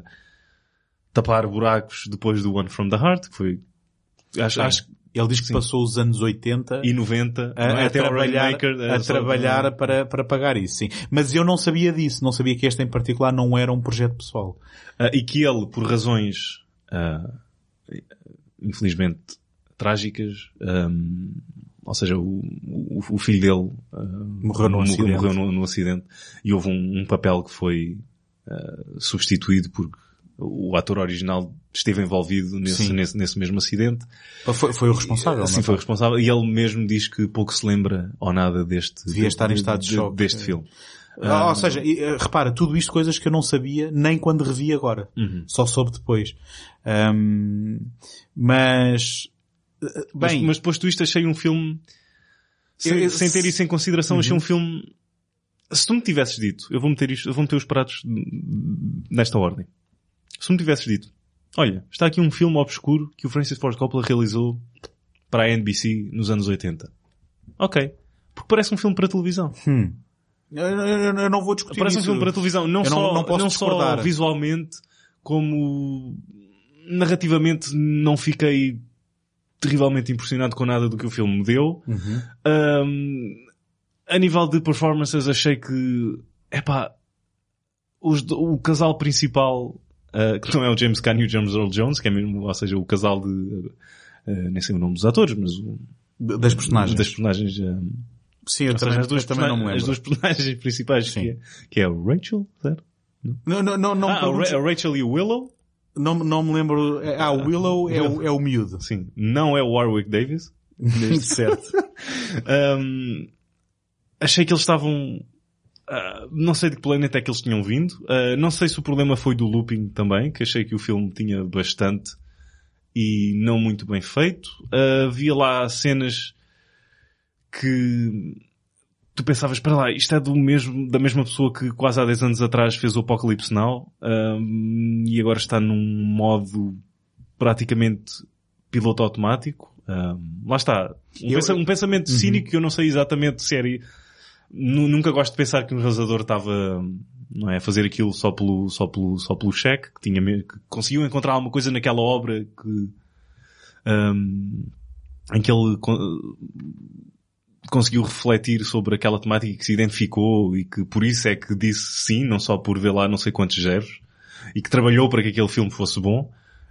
tapar buracos depois do One from the Heart, que foi... Acho, acho, ele diz que sim. passou os anos oitenta e noventa a, a até trabalhar, Rainmaker, a trabalhar de... para, para pagar isso, sim. Mas eu não sabia disso, não sabia que este em particular não era um projeto pessoal. Uh, e que ele, por razões, uh, infelizmente, trágicas, um, ou seja, o, o, o filho dele uh, morreu, no, morreu, acidente. morreu no, no acidente e houve um, um papel que foi uh, substituído porque o ator original esteve envolvido nesse, nesse, nesse mesmo acidente. Foi, foi o responsável, Sim, não foi o responsável. E ele mesmo diz que pouco se lembra ou nada deste... Devia de, estar em estado de, de choque. Deste filme. Ah, um, ou seja, repara, tudo isto coisas que eu não sabia nem quando revi agora. Uhum. Só soube depois. Um, mas... Bem... Mas, mas depois tu isto achei um filme... Sem, eu, sem ter isso em consideração, uhum. achei um filme... Se tu me tivesses dito, eu vou meter isto, eu vou meter os pratos nesta ordem. Se me tivesses dito, olha, está aqui um filme obscuro que o Francis Ford Coppola realizou para a N B C nos anos oitenta. Ok. Porque parece um filme para televisão. Hum. Eu, eu, eu não vou discutir Parece isso. um filme para televisão. Não, eu só, não, não, posso não só visualmente, como narrativamente não fiquei terrivelmente impressionado com nada do que o filme me deu. Uhum. Um, a nível de performances achei que, epá, os, o casal principal... Uh, que não é o James Caan e o James Earl Jones, que é mesmo, ou seja, o casal de, uh, nem sei o nome dos atores, mas o, das personagens. Das personagens, uh, sim, eu também, seja, as duas eu também não me lembro. As duas personagens principais, que é, que é o Rachel, certo? Não, não, não, não. Ah, a Rachel e o Willow? Não, não me lembro. Ah, o Willow é o, é o miúdo. Sim. Não é o Warwick Davis. Certo. um, achei que eles estavam... Uh, não sei de que planeta é que eles tinham vindo. Uh, não sei se o problema foi do looping também, que achei que o filme tinha bastante e não muito bem feito. Uh, havia lá cenas que tu pensavas, para lá, isto é do mesmo, da mesma pessoa que quase há dez anos atrás fez o Apocalypse Now uh, e agora está num modo praticamente piloto automático. Uh, lá está. Um, eu, pensa, um pensamento uhum. cínico que eu não sei exatamente se era... Nunca gosto de pensar que um realizador estava, não é, a fazer aquilo só pelo, só pelo, só pelo cheque, que tinha, que conseguiu encontrar alguma coisa naquela obra que, um, em que ele conseguiu refletir sobre aquela temática que se identificou e que por isso é que disse sim, não só por ver lá não sei quantos zeros, e que trabalhou para que aquele filme fosse bom,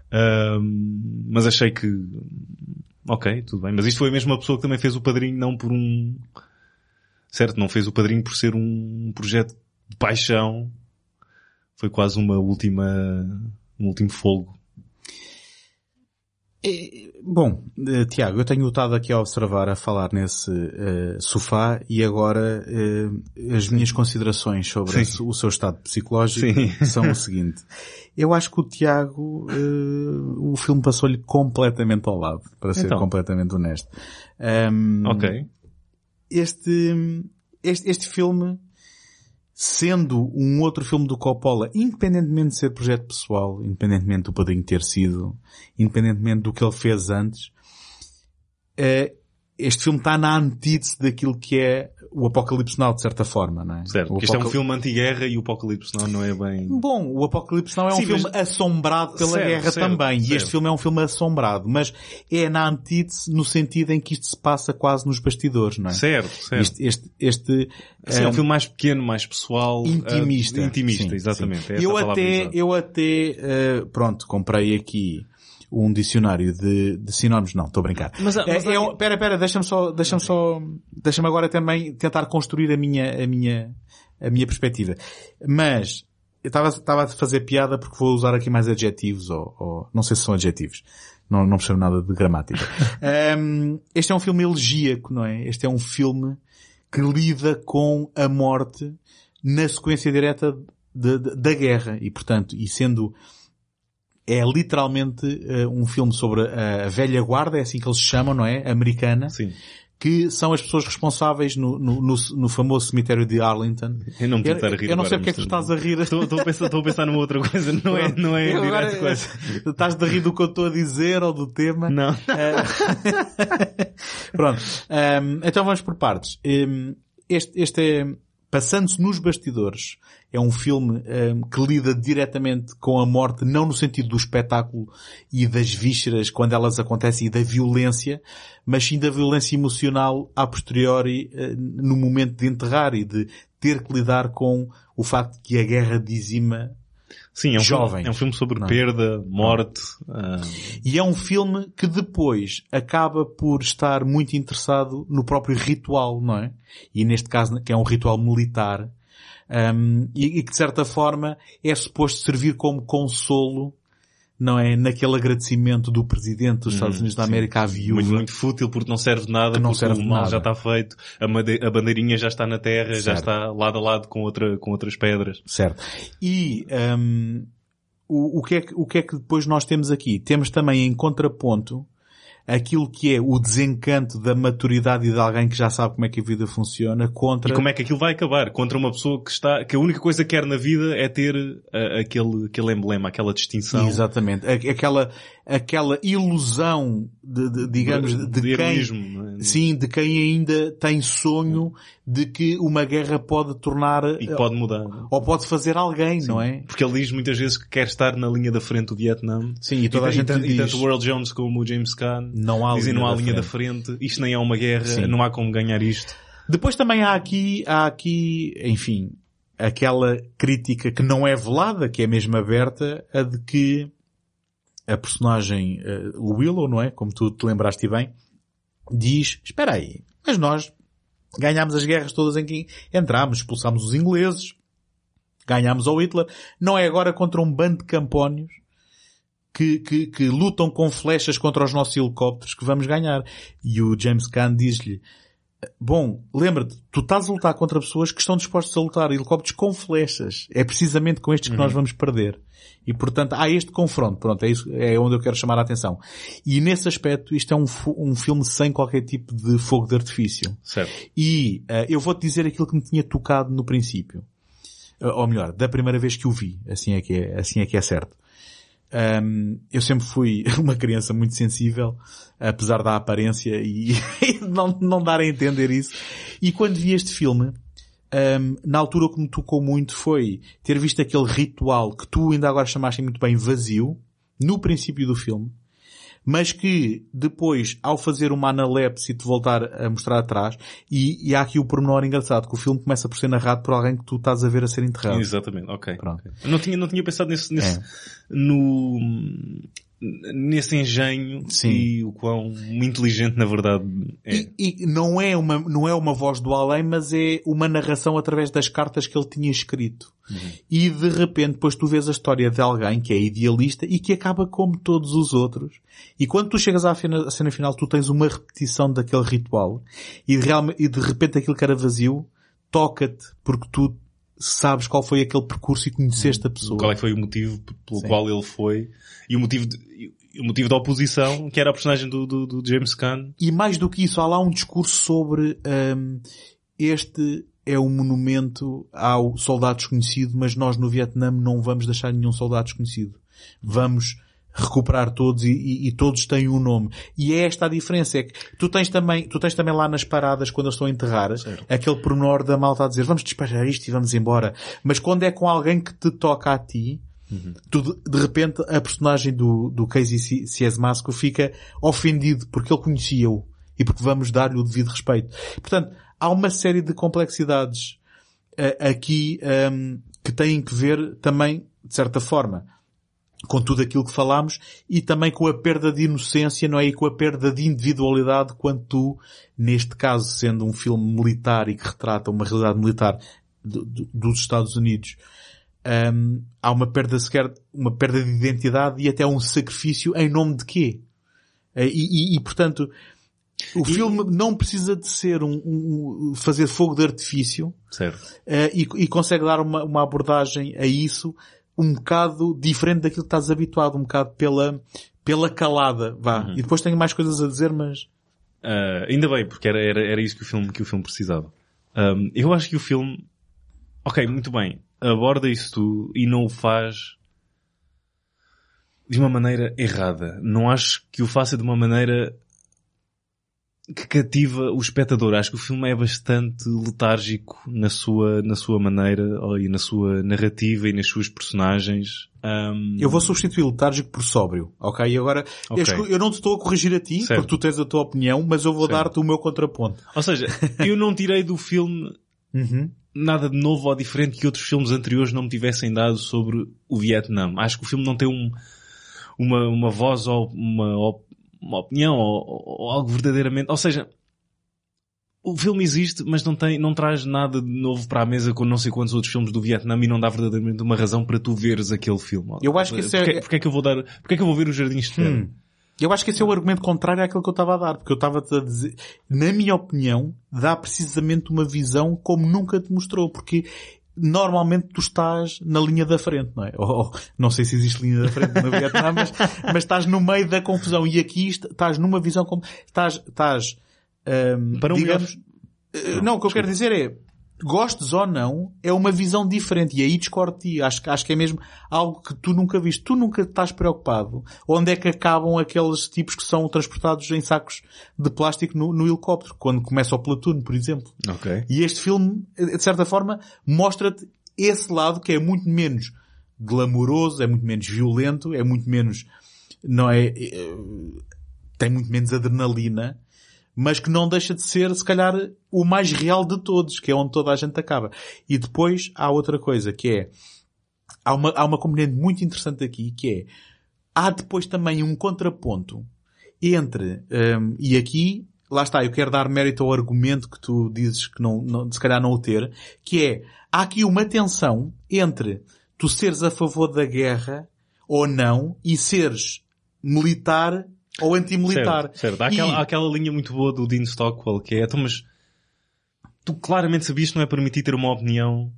um, mas achei que, ok, tudo bem, mas isto foi a mesma pessoa que também fez o Padrinho, não por um, certo, não fez o Padrinho por ser um projeto de paixão. Foi quase uma última, um último folgo. É, bom, uh, Tiago, eu tenho estado aqui a observar, a falar nesse uh, sofá e agora uh, as minhas considerações sobre a, o seu estado psicológico Sim. são o seguinte. Eu acho que o Tiago, uh, o filme passou-lhe completamente ao lado, para ser então. completamente honesto. Um, ok. Este, este, este filme, sendo um outro filme do Coppola, independentemente de ser projeto pessoal, independentemente do Padrinho ter sido, independentemente do que ele fez antes, este filme está na antítese daquilo que é o Apocalipse Now, de certa forma, não é? Certo, porque isto é um filme anti-guerra e o Apocalipse Now não é bem... Bom, o Apocalipse Now é um Sim, filme mas... assombrado pela certo, guerra certo, também, certo. e este filme é um filme assombrado, mas é na antítese no sentido em que isto se passa quase nos bastidores, não é? Certo, certo. Este, este, este Sim, é um filme mais pequeno, mais pessoal. Intimista. Uh, intimista, sim, exatamente. Sim. É eu, até, eu até, uh, pronto, comprei aqui um dicionário de, de sinónimos. Não, estou a brincar. Mas, mas é, é um, pera, pera, deixa-me só, deixa-me só, deixa-me agora também tentar construir a minha, a minha, a minha perspectiva. Mas, eu estava, estava a fazer piada porque vou usar aqui mais adjetivos ou, ou não sei se são adjetivos. Não, não percebo nada de gramática. um, este é um filme elegíaco, não é? Este é um filme que lida com a morte na sequência direta de, de, da guerra. E, portanto, e sendo, é literalmente uh, um filme sobre a, a velha guarda, é assim que eles se chamam, não é? Americana. Sim. Que são as pessoas responsáveis no, no, no, no famoso cemitério de Arlington. Eu não me estou a rir. Eu não sei porque é que tu estás a rir. Estou, estou, a, pensar, estou a pensar numa outra coisa, não é, não é agora, direto coisa. Estás a rir do que eu estou a dizer ou do tema? Não. Pronto. Um, então vamos por partes. Um, este, este é, passando-se nos bastidores, é um filme um, que lida diretamente com a morte, não no sentido do espetáculo e das vísceras quando elas acontecem e da violência, mas sim da violência emocional a posteriori uh, no momento de enterrar e de ter que lidar com o facto de que a guerra dizima Sim, é um jovens. Filme, é um filme sobre não. perda, morte. Uh... E é um filme que depois acaba por estar muito interessado no próprio ritual, não é? E neste caso, que é um ritual militar, um, e, e que de certa forma é suposto servir como consolo, não é? Naquele agradecimento do Presidente dos Estados Unidos hum, da América à viúva. Muito, muito fútil porque não serve de nada, que não porque serve o mal nada. já está feito, a, made- a bandeirinha já está na terra, certo. Já está lado a lado com, outra, com outras pedras. Certo. E um, o, o, que é que, o que é que depois nós temos aqui? Temos também em contraponto aquilo que é o desencanto da maturidade e de alguém que já sabe como é que a vida funciona contra... E como é que aquilo vai acabar? Contra uma pessoa que está, que a única coisa que quer na vida é ter uh, aquele, aquele emblema, aquela distinção. Exatamente. Aquela, aquela ilusão de, de digamos, de, de, de quem... heroísmo, não é? Sim, de quem ainda tem sonho de que uma guerra pode tornar... E pode mudar. Ou pode fazer alguém, sim. Não é? Porque ele diz muitas vezes que quer estar na linha da frente do Vietnã. Sim, e toda e, a gente e, diz... E tanto o Earl Jones como o James Caan não há dizem linha não há da linha frente. da frente. Isto nem é uma guerra, sim. Não há como ganhar isto. Depois também há aqui, há aqui, enfim, aquela crítica que não é velada, que é mesmo aberta, a de que a personagem, uh, o Willow, não é? Como tu te lembraste bem, diz, espera aí, mas nós ganhámos as guerras todas em que entramos, expulsámos os ingleses, ganhámos ao Hitler, não é agora contra um bando de campónios que, que, que lutam com flechas contra os nossos helicópteros que vamos ganhar. E o James Caan diz-lhe, bom, lembra-te, tu estás a lutar contra pessoas que estão dispostas a lutar helicópteros com flechas. É precisamente com estes que uhum. nós vamos perder. E portanto há este confronto. Pronto, é isso, é onde eu quero chamar a atenção. E nesse aspecto isto é um, um filme sem qualquer tipo de fogo de artifício. Certo. E uh, eu vou-te dizer aquilo que me tinha tocado no princípio. Uh, ou melhor, da primeira vez que o vi. Assim é que é, assim é que é certo. Um, eu sempre fui uma criança muito sensível, apesar da aparência e, e não, não dar a entender isso. E quando vi este filme, um, na altura o que me tocou muito foi ter visto aquele ritual que tu ainda agora chamaste muito bem vazio, no princípio do filme, mas que depois, ao fazer uma analepse e te voltar a mostrar atrás, e, e há aqui o pormenor engraçado, que o filme começa por ser narrado por alguém que tu estás a ver a ser enterrado. Exatamente, ok. okay. Não tinha, não tinha pensado nesse, nesse é. no, nesse engenho. Sim. E o quão inteligente na verdade é. E, e não é uma, não é uma voz do além, mas é uma narração através das cartas que ele tinha escrito. Uhum. E de repente depois tu vês a história de alguém que é idealista e que acaba como todos os outros. E quando tu chegas à cena, à cena final, tu tens uma repetição daquele ritual e de, realmente, e de repente aquilo que era vazio toca-te porque tu sabes qual foi aquele percurso e conheceste a pessoa. Qual é que foi o motivo pelo Sim. qual ele foi e o motivo, de, o motivo da oposição, que era a personagem do, do, do James Caan. E mais do que isso, há lá um discurso sobre um, este é um monumento ao soldado desconhecido, mas nós no Vietnã não vamos deixar nenhum soldado desconhecido. Vamos recuperar todos e, e, e todos têm um nome. E é esta a diferença, é que tu tens também, tu tens também lá nas paradas, quando eles estão a enterrar, certo. Aquele pormenor da malta a dizer, vamos despachar isto e vamos embora. Mas quando é com alguém que te toca a ti, uhum. tu, de, de repente, a personagem do, do Casey Siemaszko fica ofendido porque ele conhecia-o e porque vamos dar-lhe o devido respeito. Portanto, há uma série de complexidades uh, aqui um, que têm que ver também, de certa forma, com tudo aquilo que falámos e também com a perda de inocência, não é? E com a perda de individualidade quando tu, neste caso, sendo um filme militar e que retrata uma realidade militar do, do, dos Estados Unidos, um, há uma perda sequer, uma perda de identidade e até um sacrifício em nome de quê? E, e, e portanto, o e... filme não precisa de ser um, um fazer fogo de artifício, certo. Uh, e, e consegue dar uma, uma abordagem a isso um bocado diferente daquilo que estás habituado, um bocado pela, pela calada, vá. Uhum. E depois tenho mais coisas a dizer, mas... Uh, ainda bem, porque era, era, era isso que o filme, que o filme precisava. Um, eu acho que o filme, ok, muito bem, aborda isso tudo e não o faz de uma maneira errada. Não acho que o faça de uma maneira que cativa o espectador. Acho que o filme é bastante letárgico na sua, na sua maneira e na sua narrativa e nas suas personagens. Um... Eu vou substituir letárgico por sóbrio, ok? E agora, okay. Eu, eu não te estou a corrigir a ti, certo. Porque tu tens a tua opinião, mas eu vou certo. Dar-te o meu contraponto. Ou seja, eu não tirei do filme uhum. nada de novo ou diferente que outros filmes anteriores não me tivessem dado sobre o Vietnã. Acho que o filme não tem um, uma, uma voz ou uma opinião uma opinião ou, ou algo verdadeiramente, ou seja, o filme existe, mas não tem, não traz nada de novo para a mesa com não sei quantos outros filmes do Vietnã e não dá verdadeiramente uma razão para tu veres aquele filme. Eu acho que isso porque, é... porque é que eu vou dar, porque é que eu vou ver os Jardins de Espera? Hum. Eu acho que esse é o argumento contrário àquilo que eu estava a dar, porque eu estava a dizer, na minha opinião, dá precisamente uma visão como nunca te mostrou, porque normalmente tu estás na linha da frente, não é? Ou, não sei se existe linha da frente no Vietnã, mas, mas estás no meio da confusão. E aqui estás numa visão como... Estás... estás um, Para um digamos, não, não, o que eu quero dizer é... Gostes ou não, é uma visão diferente. E aí discordo de ti. Acho, acho que é mesmo algo que tu nunca viste. Tu nunca estás preocupado. Onde é que acabam aqueles tipos que são transportados em sacos de plástico no, no helicóptero? Quando começa o Platoon, por exemplo. Okay. E este filme, de certa forma, mostra-te esse lado que é muito menos glamouroso, é muito menos violento, é muito menos... não é, é tem muito menos adrenalina, mas que não deixa de ser, se calhar, o mais real de todos, que é onde toda a gente acaba. E depois há outra coisa, que é, há uma, há uma componente muito interessante aqui, que é, há depois também um contraponto entre, um, e aqui, lá está, eu quero dar mérito ao argumento que tu dizes que não, não, se calhar não o ter, que é, há aqui uma tensão entre tu seres a favor da guerra ou não, e seres militar ou anti-militar. Certo, certo. Há, e... aquela, há aquela linha muito boa do Dean Stockwell que é, então, mas tu claramente sabias que não é permitido ter uma opinião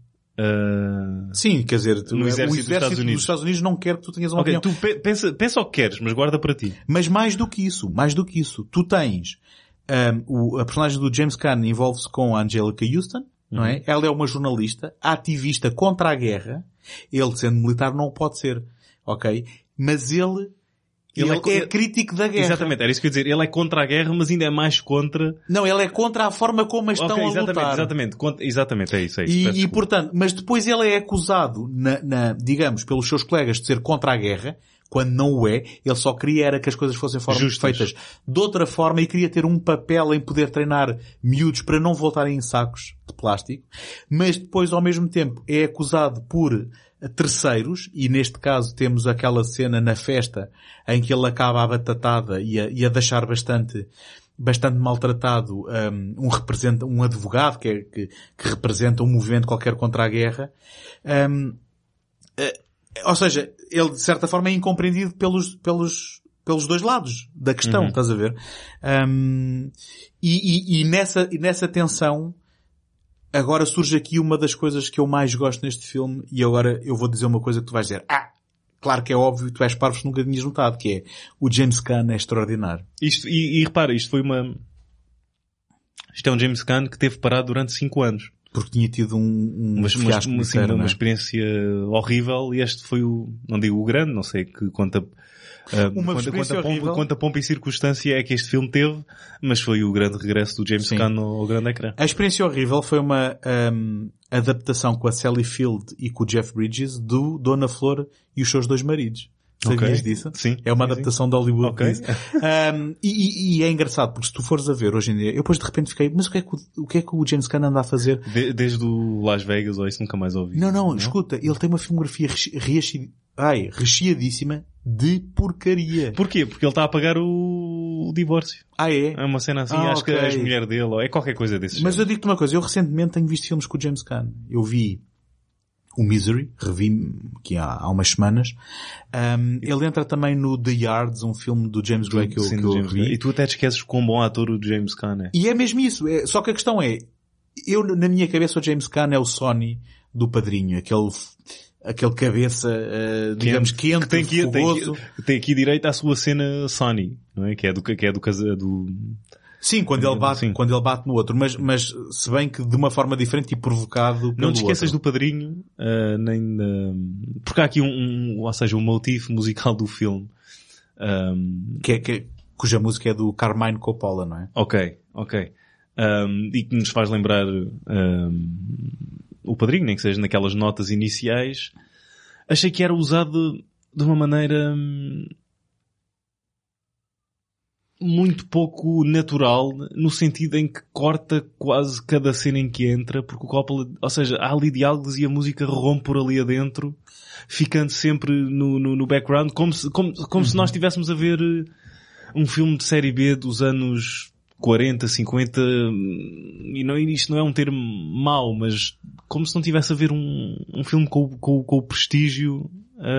uh... sim, quer dizer, tu, no exército o exército dos Estados, dos Estados Unidos não quer que tu tenhas uma okay, opinião. Tu pe- pensa, pensa o que queres, mas guarda para ti. Mas mais do que isso, mais do que isso, tu tens um, o, a personagem do James Caan envolve-se com a Angelica Houston, não é? Uhum. Ela é uma jornalista, ativista contra a guerra. Ele, sendo militar, não pode ser, ok? Mas ele Ele, ele é, é crítico da guerra. Exatamente, era isso que eu ia dizer. Ele é contra a guerra, mas ainda é mais contra... Não, ele é contra a forma como estão okay, a lutar. Exatamente, contra, exatamente, é isso. É isso e, e portanto, mas depois ele é acusado, na, na, digamos, pelos seus colegas de ser contra a guerra, quando não o é. Ele só queria era que as coisas fossem formas feitas de outra forma e queria ter um papel em poder treinar miúdos para não voltarem em sacos de plástico. Mas depois, ao mesmo tempo, é acusado por terceiros, e neste caso temos aquela cena na festa em que ele acaba a batatada e a, e a deixar bastante, bastante maltratado um, um, representa, um advogado que, é, que, que representa um movimento qualquer contra a guerra. Um, uh, ou seja, ele de certa forma é incompreendido pelos, pelos, pelos dois lados da questão, uhum. Estás a ver? Um, e, e, e nessa, e nessa tensão, agora surge aqui uma das coisas que eu mais gosto neste filme, e agora eu vou dizer uma coisa que tu vais dizer, ah, claro que é óbvio, tu és parvo, nunca tinhas notado, que é, o James Caan é extraordinário. Isto, e, e repara, isto foi uma, isto é um James Caan que teve parado durante cinco anos. Porque tinha tido um, um uma, fiasco uma, inteiro, uma é? experiência horrível, e este foi o, não digo o grande, não sei que conta, Uh, uma quanta, quanta, horrível. pompa, quanta pompa e circunstância é que este filme teve, mas foi o grande regresso do James Caan ao grande ecrã. A experiência horrível foi uma um, adaptação com a Sally Field e com o Jeff Bridges do Dona Flor e os seus dois maridos. Sabias okay. disso? Sim. É uma sim, adaptação sim. de Hollywood. Okay. um, e, e, e é engraçado, porque se tu fores a ver hoje em dia, eu depois de repente fiquei, mas o que é que o, o, que é que o James Caan anda a fazer? De, desde o Las Vegas, ou isso nunca mais ouvi. Não, não, não, escuta, ele tem uma filmografia rechi, ai, recheadíssima de porcaria. Porquê? Porque ele está a pagar o, o divórcio. Ah, é? É uma cena assim, ah, acho okay. que a ex-mulher dele, ou é qualquer coisa desse Mas género. eu digo-te uma coisa, eu recentemente tenho visto filmes com o James Caan. Eu vi o Misery, revi aqui há, há umas semanas. Um, ele entra também no The Yards, um filme do James Gray que eu, Sim, que eu James vi. Gray. E tu até te esqueces quão bom ator o James Caan é. E é mesmo isso. É, só que a questão é, eu na minha cabeça o James Caan é o Sonny do Padrinho, aquele aquele cabeça, uh, digamos, quente, que tem, aqui, fogoso. tem, aqui, tem aqui direito à sua cena Sonny, não é? Que é do que é do casa do Sim, quando ele bate, Sim. quando ele bate no outro, mas, mas se bem que de uma forma diferente e provocado pelo Não te esqueças outro. do Padrinho, uh, nem da... porque há aqui um, um, ou seja, um motivo musical do filme. Um... Que é, que, cuja música é do Carmine Coppola, não é? Ok, ok. Um, e que nos faz lembrar um, o Padrinho, nem que seja naquelas notas iniciais. Achei que era usado de uma maneira muito pouco natural, no sentido em que corta quase cada cena em que entra, porque o Coppola, ou seja, há ali diálogos e a música rompe por ali adentro, ficando sempre no, no, no background, como se, como, como uhum. se nós estivéssemos a ver um filme de série B dos anos quarenta, cinquenta, e não, isto não é um termo mau, mas como se não tivesse a ver um, um filme com, com, com o prestígio,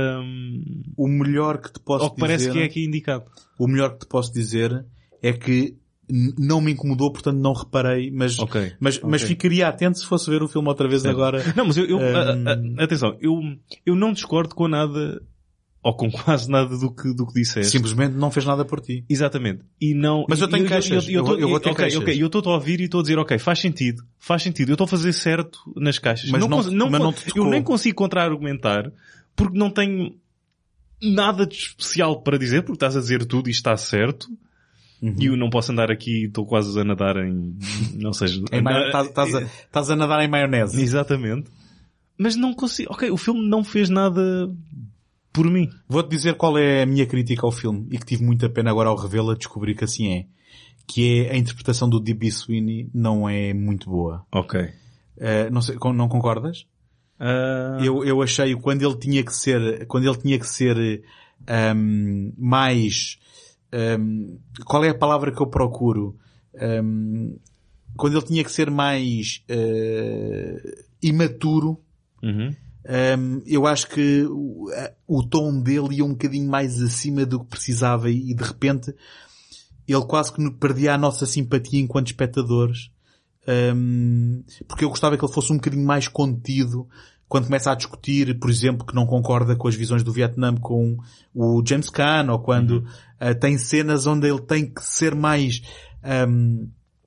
um, o melhor que te posso ou que dizer, parece que é aqui indicado. O melhor que te posso dizer é que não me incomodou, portanto não reparei, mas, okay. mas, okay. mas ficaria atento se fosse ver o filme outra vez. Certo. Agora. Não, mas eu, eu um... a, a, atenção, eu, eu não discordo com nada, ou com quase nada do que, do que disseste. Simplesmente não fez nada por ti. Exatamente. E não... Mas eu tenho eu, queixas. Eu, eu, eu, eu vou ter okay, queixas. Ok, eu estou a ouvir e estou a dizer, ok, faz sentido. Faz sentido. Eu estou a fazer certo nas caixas. Mas não, não, não, mas não não te tocou. Eu nem consigo contra-argumentar, porque não tenho nada de especial para dizer, porque estás a dizer tudo e está certo. Uhum. E eu não posso andar aqui, estou quase a nadar em... Não seja... Estás a, estás a nadar em maionese. Exatamente. Mas não consigo... Ok, o filme não fez nada... por mim. Vou-te dizer qual é a minha crítica ao filme e que tive muita pena agora ao revê-la descobrir que assim é. Que é a interpretação do D B. Sweeney não é muito boa. Ok. Uh, não sei, não concordas? Uh... Eu, eu achei quando ele tinha que ser, quando ele tinha que ser um, mais... Um, qual é a palavra que eu procuro? Um, quando ele tinha que ser mais uh, imaturo, uhum. Um, eu acho que o, o tom dele ia um bocadinho mais acima do que precisava e, e de repente ele quase que perdia a nossa simpatia enquanto espectadores, um, porque eu gostava que ele fosse um bocadinho mais contido quando começa a discutir, por exemplo, que não concorda com as visões do Vietnã com o James Caan, ou quando uhum. uh, tem cenas onde ele tem que ser mais um,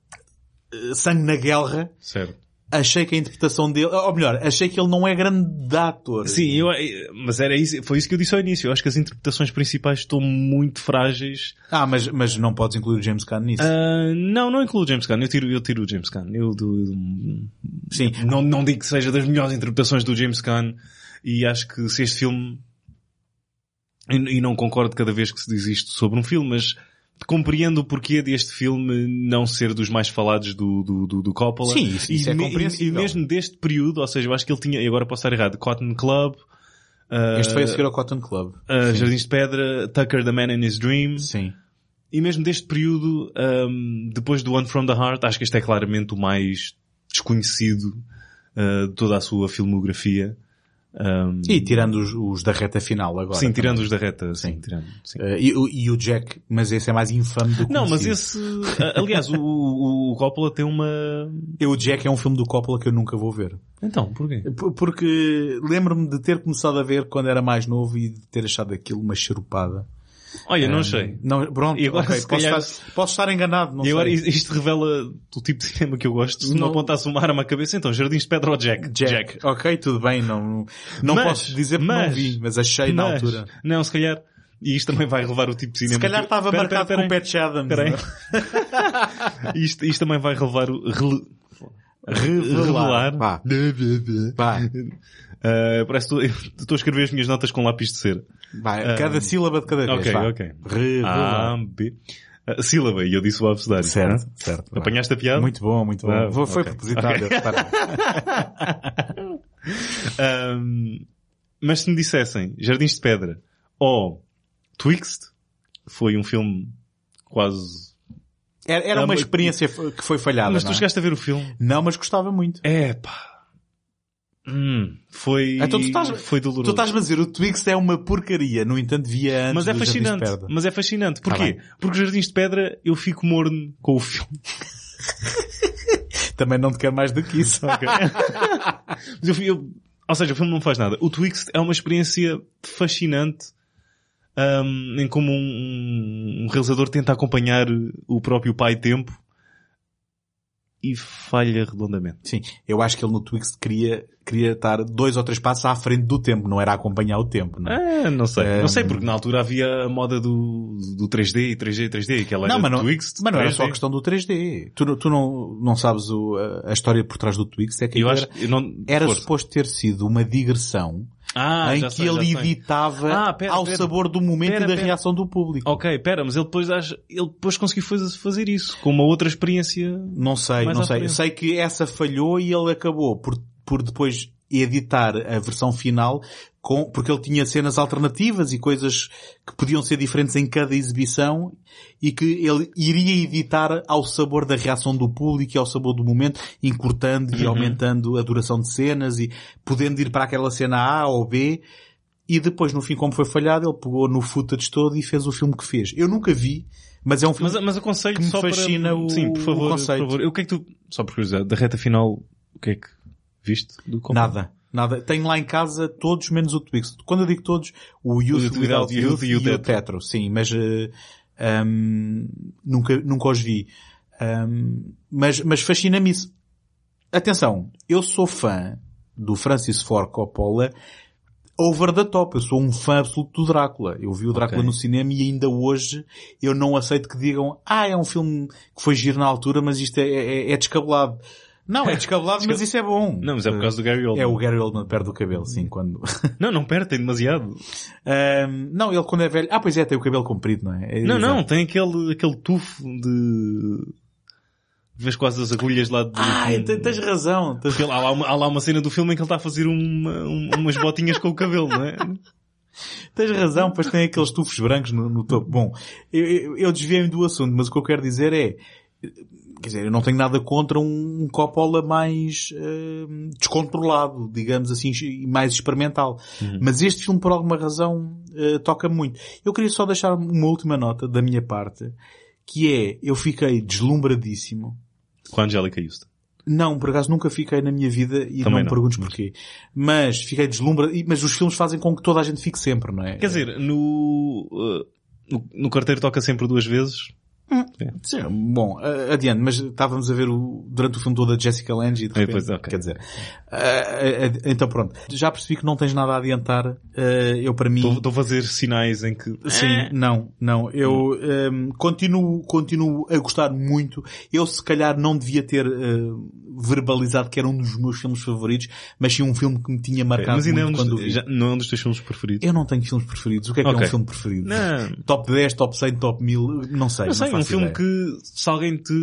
sangue na guerra. Certo. Achei que a interpretação dele, ou melhor, achei que ele não é grande ator. Sim, eu, mas era isso, foi isso que eu disse ao início. Eu acho que as interpretações principais estão muito frágeis. Ah, mas, mas não podes incluir o James Caan nisso? Uh, não, não incluo o James Caan. Eu tiro, eu tiro o James Caan. Eu, do, sim, não, não digo que seja das melhores interpretações do James Caan, e acho que se este filme e, e não concordo cada vez que se diz isto sobre um filme, mas compreendo o porquê deste filme não ser dos mais falados do, do, do, do Coppola. Sim, isso, isso e, é me, compreensível. E mesmo deste período, ou seja, eu acho que ele tinha, e agora posso estar errado, Cotton Club, uh, este foi a seguir ao Cotton Club. Uh, Jardins de Pedra, Tucker, The Man in His Dream. Sim. E mesmo deste período, um, depois do One from the Heart, acho que este é claramente o mais desconhecido uh, de toda a sua filmografia. Um, e tirando os, os da reta final agora. Sim, tirando também. os da reta. Sim, Sim. tirando. Sim. Uh, e, o- e o Jack, mas esse é mais infame do que Não, mas conhecido. esse... Aliás, o, o, o Coppola tem uma... Eu, o Jack é um filme do Coppola que eu nunca vou ver. Então, porquê? P- Porque lembro-me de ter começado a ver quando era mais novo e de ter achado aquilo uma charupada. Olha, não Um, achei. Não, pronto, E agora, ok, se posso, calhar- estar, posso estar enganado, não E agora sei. isto revela o tipo de cinema que eu gosto. Se não, Não- apontasse uma arma à cabeça, então Jardins de Pedra ou Jack? Jack. Ok, tudo bem, não, não Mas- posso dizer porque mas- não vi, mas achei na Mas- altura. Não, se calhar... E isto também vai relevar o tipo de cinema. Se calhar que- estava Pera, marcado pera, com o pera. Patch Adams. Espera aí. não é? isto, isto também vai relevar o... Rele... Revelar. Pá. Pá. Uh, parece que estou- estou a escrever as minhas notas com lápis de cera. Vai, cada sílaba de cada vez. Ok, vá. ok. Revelar. A, B... Uh, sílaba, e eu disse o abecedário. Certo, Hã? certo. vá. Apanhaste a piada? Muito bom, muito bom. Ah, Vou- Foi ok. propositado. Ok. repara. Um, mas se me dissessem Jardins de Pedra ou Twixt, foi um filme quase... Era, era Ah, uma mas- experiência f- que foi falhada, Mas não tu é? chegaste a ver o filme? Não, mas gostava muito. É, pá. Hum, foi... Então tu estás, foi doloroso. tu estás a dizer o Twix é uma porcaria, no entanto via antes Mas é do Jardins de fascinante. Pedra. Mas é fascinante. Tá Porquê? bem. Porque Jardins de Pedra eu fico morno com o filme. Também não te quero mais do que isso. Ok. Mas eu, eu, ou seja, o filme não faz nada. O Twixt é uma experiência fascinante, um, em como um, um realizador tenta acompanhar o próprio pai tempo e falha redondamente. Sim, eu acho que ele no Twix queria, queria estar dois ou três passos à frente do tempo, não era acompanhar o tempo, não é? Ah, não sei. Um, Não sei, porque na altura havia a moda do, do três D e três D e três D, que ela Não, era mas não, Twixt, mas não era três D. só questão do três D. Tu, tu não, não sabes o, a, a história por trás do Twix, é que Eu era, acho que não... era Força. suposto ter sido uma digressão Ah, em já que sei, já ele sei. editava Ah, pera, ao pera. sabor do momento Pera, e da pera. reação do público. Ok, pera, mas ele depois, acha- ele depois conseguiu fazer, fazer isso com uma outra experiência. Não sei, Mais não à sei. frente. Sei que essa falhou e ele acabou por, por depois editar a versão final com, porque ele tinha cenas alternativas e coisas que podiam ser diferentes em cada exibição e que ele iria editar ao sabor da reação do público e ao sabor do momento, encurtando e Uhum. aumentando a duração de cenas e podendo ir para aquela cena A ou B. E depois, no fim, como foi falhado, ele pegou no footage todo e fez o filme que fez. Eu nunca vi, mas é um filme... Mas, mas aconselho que me só fascina para... o- Sim, por favor, o conceito. por favor. O que é que tu... Só por curiosidade, da reta final, o que é que viste do Coppola? Nada. Nada. Tenho lá em casa todos menos o Twix. Quando eu digo todos, o Youth Youth Without Without Youth, Youth e e o o Tetro. Tetro. Sim, mas uh, um, nunca, nunca os vi. Um, mas, mas fascina-me isso. Atenção, eu sou fã do Francis Ford Coppola over the top. Eu sou um fã absoluto do Drácula. Eu vi o Drácula Ok. no cinema e ainda hoje eu não aceito que digam ah, é um filme que foi giro na altura, mas isto é, é, é descabelado. Não, é descabelado, mas isso é bom. Não, mas é por causa do Gary Oldman. É o Gary Oldman perde o cabelo, sim, quando... Não, não perde, tem demasiado. Um, não, ele quando é velho... Ah, pois é, tem o cabelo comprido, não é? É Não, exato. não, tem aquele, aquele tufo de... Vês quase as agulhas lá de... Ah, te- tens razão. Tens... Porque ele- há, lá uma, há lá uma cena do filme em que ele está a fazer uma, um- umas botinhas com o cabelo, não é? tens razão, pois tem aqueles tufos brancos no, no topo. Bom, eu, eu, eu desviei-me do assunto, mas o que eu quero dizer é... Quer dizer, eu não tenho nada contra um, um Coppola mais uh, descontrolado, digamos assim, e mais experimental. Uhum. Mas este filme, por alguma razão, uh, toca muito. Eu queria só deixar uma última nota da minha parte, que é, eu fiquei deslumbradíssimo. Com a Angélica Houston. Não, por acaso nunca fiquei na minha vida e Também não me não. perguntes porquê. Mas fiquei deslumbrado, mas os filmes fazem com que toda a gente fique sempre, não é? Quer dizer, no, uh, no, no carteiro toca sempre duas vezes. Hum, sim, bom, adiante, mas estávamos a ver o, durante o filme todo a Jessica Lange e de repente, é, pois, okay. quer dizer, uh, uh, então pronto, já percebi que não tens nada a adiantar, uh, eu para mim... Estou a fazer sinais em que... Sim, ah. não, não, eu um, continuo, continuo a gostar muito, eu se calhar não devia ter uh, verbalizado que era um dos meus filmes favoritos, mas sim um filme que me tinha marcado mas muito é um dos, quando vi. Já, não é um dos teus filmes preferidos? Eu não tenho filmes preferidos, o que é que okay. é um filme preferido? Não. Top dez, top cem, top mil, não sei. Não sei, não um filme ideia. que se alguém te...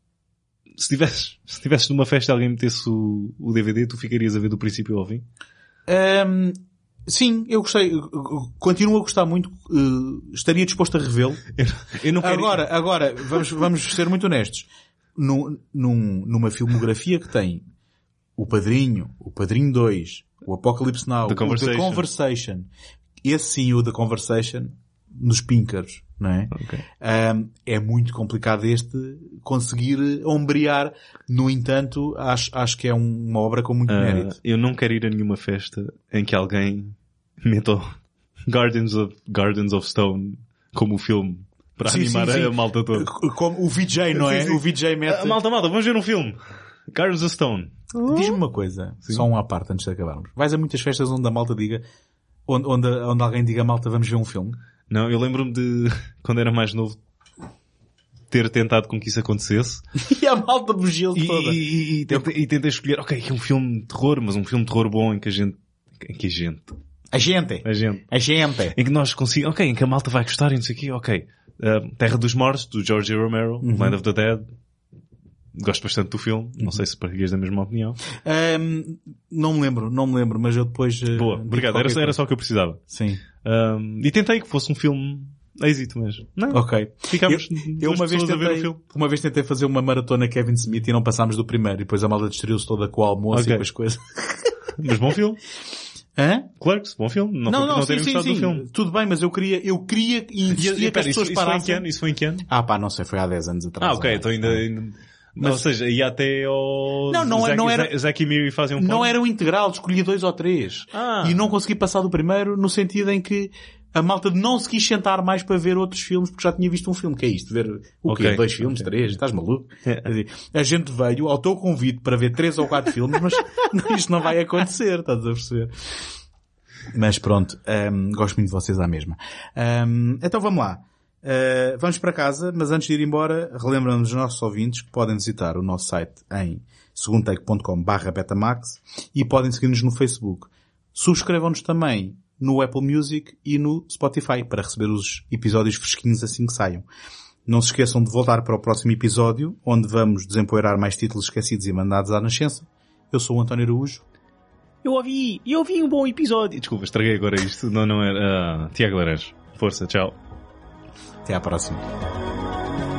Se tivesses, se tivesses numa festa e alguém metesse o, o D V D, tu ficarias a ver do princípio ao fim? Um, sim, eu gostei. Continuo a gostar muito. Uh, estaria disposto a revê-lo. Eu, eu não quero... Agora, agora, vamos, vamos ser muito honestos. Num, num, numa filmografia que tem O Padrinho, O Padrinho dois, O Apocalypse Now, The Conversation. o The Conversation, esse sim, o The Conversation, nos píncaros, não é? Okay. Um, é muito complicado este conseguir ombrear. No entanto, acho, acho que é um, uma obra com muito uh, mérito. Eu não quero ir a nenhuma festa em que alguém meta Gardens of, Gardens of Stone como o filme para sim, animar sim, sim. a malta toda. Como o V J, não é? Sim, sim. O V J mete... Uh, malta, malta, vamos ver um filme. Gardens of Stone. Diz-me uma coisa, sim. só um à parte antes de acabarmos. Vais a muitas festas onde a malta diga, onde, onde, onde alguém diga, malta, vamos ver um filme? Não, eu lembro-me de, quando era mais novo, ter tentado com que isso acontecesse. E a malta bugiu e, toda. E, e, e, tentei, e tentei escolher, ok, que é um filme de terror, mas um filme de terror bom em que a gente... Em que a gente... A gente. A gente. A gente. Em que nós conseguimos... Ok, em que a malta vai gostar e não sei o quê, ok. Uh, Terra dos Mortos, do George Romero, uhum. Land of the Dead. Gosto bastante do filme. Uhum. Não sei se partilhas da mesma opinião. Um, não me lembro, não me lembro, mas eu depois... Uh, Boa, obrigado. Era, era só o que eu precisava. Sim. Um, e tentei que fosse um filme êxito mesmo. Não. Ok. Ficámos eu, eu uma vez tentei, a ver o filme. Uma vez tentei fazer uma maratona Kevin Smith e não passámos do primeiro. E depois a malta destruiu-se toda com o almoço okay. e com as coisas. Mas bom filme. Hã? Clerks, bom filme. Não, não, não, não sim, sim, sim. Do filme. Tudo bem, mas eu queria, eu queria e insistia que as pessoas isso, parassem. Isso foi em que ano? Isso foi em que ano? Ah pá, não sei, foi há dez anos atrás. Ah, ok, então ainda... ainda... Mas, ou seja, ia até ao... Não, não, Zack, não era... Zack e Miri fazem um plano? Não era o integral, escolhia dois ou três. Ah. E não consegui passar do primeiro no sentido em que a malta não se quis sentar mais para ver outros filmes porque já tinha visto um filme. Que é isto? Ver o quê? Okay. Dois filmes? Okay. Três? Estás maluco? É. A gente veio ao teu convite para ver três ou quatro filmes, mas isto não vai acontecer, estás a perceber? Mas pronto, um, gosto muito de vocês à mesma. Um, então vamos lá. Uh, vamos para casa, mas antes de ir embora, relembram-nos os nossos ouvintes que podem visitar o nosso site em segundotake ponto com barra betamax e podem seguir-nos no Facebook. Subscrevam-nos também no Apple Music e no Spotify para receber os episódios fresquinhos assim que saiam. Não se esqueçam de voltar para o próximo episódio, onde vamos desempoeirar mais títulos esquecidos e mandados à nascença. Eu sou o António Araújo. Eu ouvi, eu ouvi um bom episódio. Desculpa, estraguei agora isto. Não, não era... Uh, Tiago Laranjo. Força, tchau. Até à próxima.